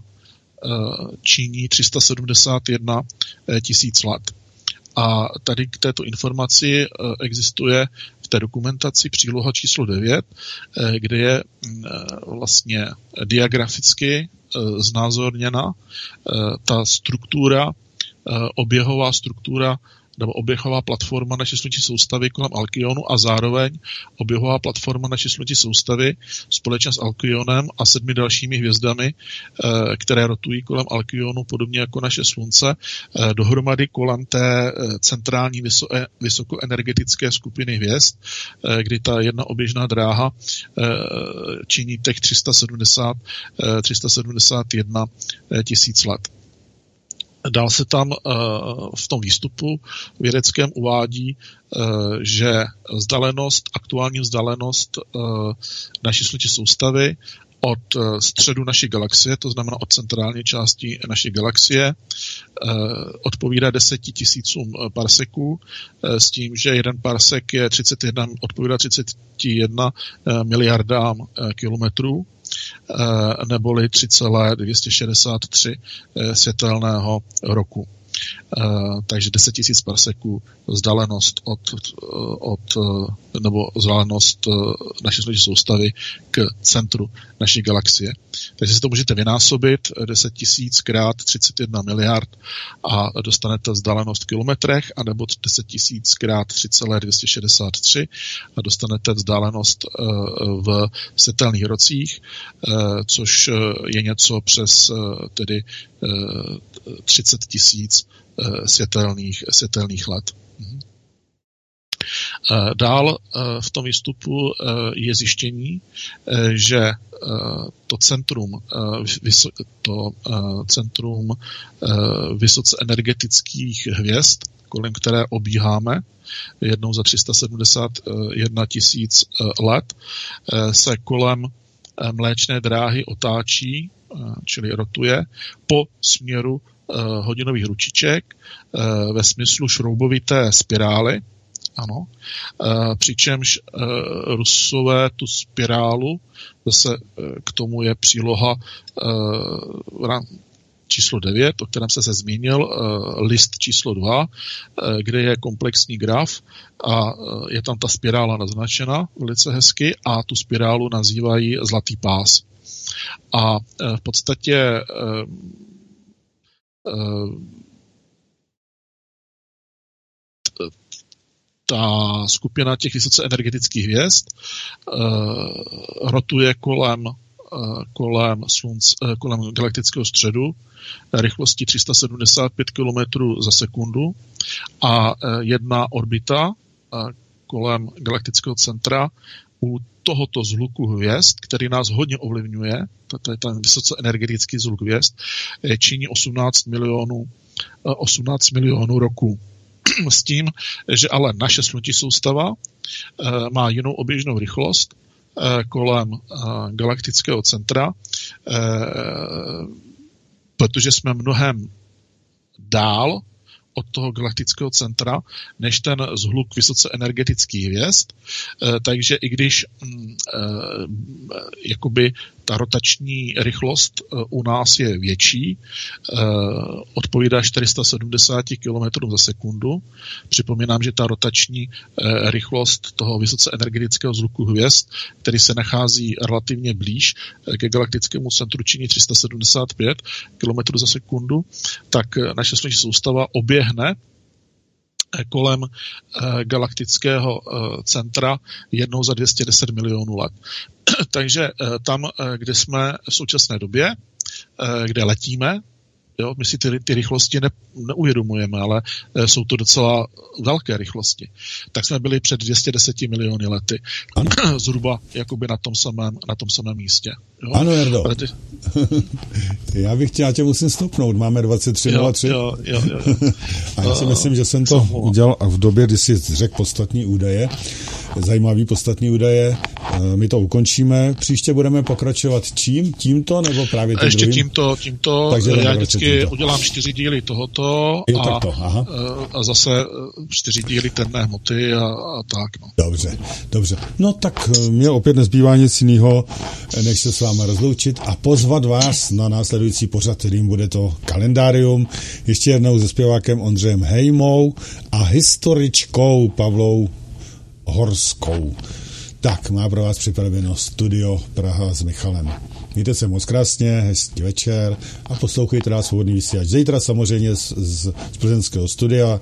Speaker 4: činí tři sta sedmdesát jedna tisíc let. A tady k této informaci existuje v té dokumentaci příloha číslo devět, kde je vlastně diagraficky znázorněna ta struktura, oběhová struktura nebo oběhová platforma naší sluneční soustavy kolem Alkyonu a zároveň oběhová platforma naší sluneční soustavy společně s Alkyonem a sedmi dalšími hvězdami, které rotují kolem Alkyonu podobně jako naše slunce, dohromady kolem té centrální vysokoenergetické skupiny hvězd, kdy ta jedna oběžná dráha činí těch tři sta sedmdesát, tři sta sedmdesát jedna tisíc let. Dál se tam v tom výstupu vědeckém uvádí, že vzdálenost, aktuální vzdálenost naší sluneční soustavy od středu naší galaxie, to znamená od centrální části naší galaxie, odpovídá deseti tisícům parseků, s tím, že jeden parsek je třicet jedna, odpovídá třicet jedna miliardám kilometrů, neboli tři celá dvě stě šedesát tři světelného roku. Takže deset tisíc parseků vzdálenost od, od nebo vzdálenost naší sluneční soustavy k centru naší galaxie. Takže si to můžete vynásobit deset tisíc krát třicet jedna miliard a dostanete vzdálenost v kilometrech, anebo deset tisíc krát tři celá dvě stě šedesát tři a dostanete vzdálenost v světelných rocích, což je něco přes tedy třicet tisíc světelných, světelných let. Dál v tom výstupu je zjištění, že to centrum, to centrum vysoce energetických hvězd, kolem které obíháme jednou za tři sta sedmdesát jedna tisíc let, se kolem mléčné dráhy otáčí, čili rotuje, po směru hodinových ručiček ve smyslu šroubovité spirály. Ano. Přičemž Rusové tu spirálu, zase k tomu je příloha číslo devět, o kterém se se zmínil, list číslo dva, kde je komplexní graf a je tam ta spirála naznačena velice hezky a tu spirálu nazývají zlatý pás. A v podstatě ta skupina těch vysoce energetických hvězd rotuje kolem, kolem, slunce, kolem galaktického středu rychlostí tři sta sedmdesát pět kilometrů za sekundu a jedna orbita kolem galaktického centra u tohoto zhluku hvězd, který nás hodně ovlivňuje, to je ten vysoce energetický zhluk hvězd, činí osmnáct milionů, osmnáct milionů roků. S tím, že ale naše sluneční soustava má jinou oběžnou rychlost kolem galaktického centra, protože jsme mnohem dál od toho galaktického centra, než ten zhluk vysoce energetických hvězd. Takže i když jakoby ta rotační rychlost u nás je větší, odpovídá čtyři sta sedmdesát kilometrů za sekundu. Připomínám, že ta rotační rychlost toho vysoce energetického zhluku hvězd, který se nachází relativně blíž ke galaktickému centru, činí tři sta sedmdesát pět kilometrů za sekundu, tak naše sluneční soustava oběhne kolem galaktického centra jednou za dvě stě deset milionů let. Takže tam, kde jsme v současné době, kde letíme, jo, my si ty, ty rychlosti ne, neuvědomujeme, ale jsou to docela velké rychlosti, tak jsme byli před dvě stě deset miliony lety. Zhruba jakoby na tom samém, na tom samém místě. Jo?
Speaker 3: Ano, Jardo.
Speaker 4: Ty...
Speaker 3: Já bych tě, já tě musím stopnout, máme dvacet tři nula tři.
Speaker 4: Jo, jo, jo, jo.
Speaker 3: A já si myslím, že jsem to udělal v době, kdy jsi řekl podstatní údaje, zajímavý podstatní údaje. My to ukončíme. Příště budeme pokračovat čím? Tímto nebo právě tím
Speaker 4: Ještě
Speaker 3: druhým?
Speaker 4: tímto, tímto. Takže já vždycky tímto. Udělám čtyři díly tohoto
Speaker 3: jo,
Speaker 4: a,
Speaker 3: to, aha.
Speaker 4: a zase čtyři díly temné hmoty a, a tak. No.
Speaker 3: Dobře, dobře. No tak mě opět nezbývá nic jiného, než se s vámi rozloučit a pozvat vás na následující pořad, kterým bude to kalendárium. Ještě jednou se zpěvákem Ondřejem Hejmou a historičkou Pavlou Horskou. Tak, má pro vás připraveno Studio Praha s Michalem. Mějte se moc krásně, hezký večer a poslouchejte nás Svobodný vysílač. Zítra samozřejmě z, z, z plzeňského studia.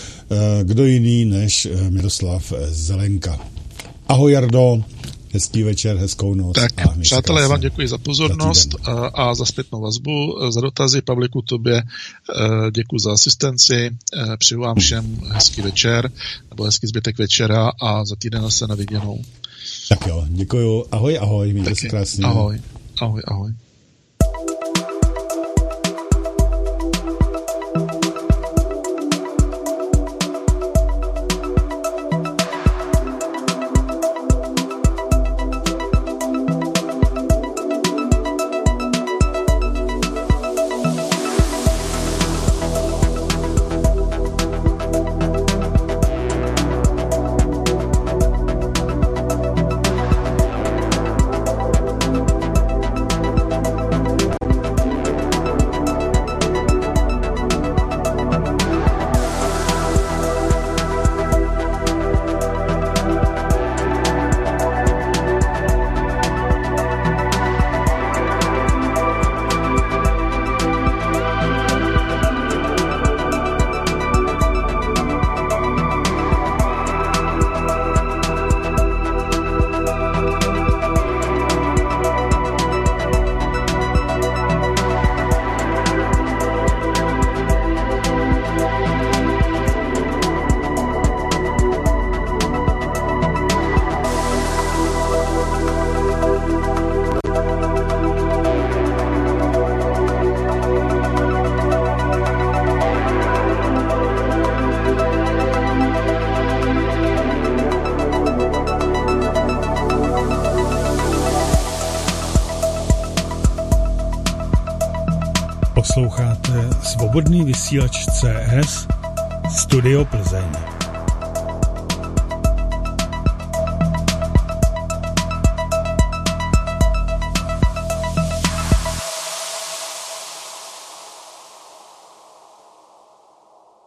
Speaker 3: Kdo jiný než Miroslav Zelenka. Ahoj Jardo, hezký večer, hezkou noc.
Speaker 4: Tak, přátelé, já vám děkuji za pozornost za a, a za zpětnou vazbu, za dotazy. Pavliku, tobě děkuji za asistenci, přeju vám všem hezký večer, nebo hezký zbytek večera a za týden se na viděnou.
Speaker 3: Tak jo, děkuju. Ahoj, ahoj, mějte se krásně.
Speaker 4: Ahoj, ahoj, ahoj.
Speaker 7: Posloucháte Svobodný vysílač C S Studio Plzeň.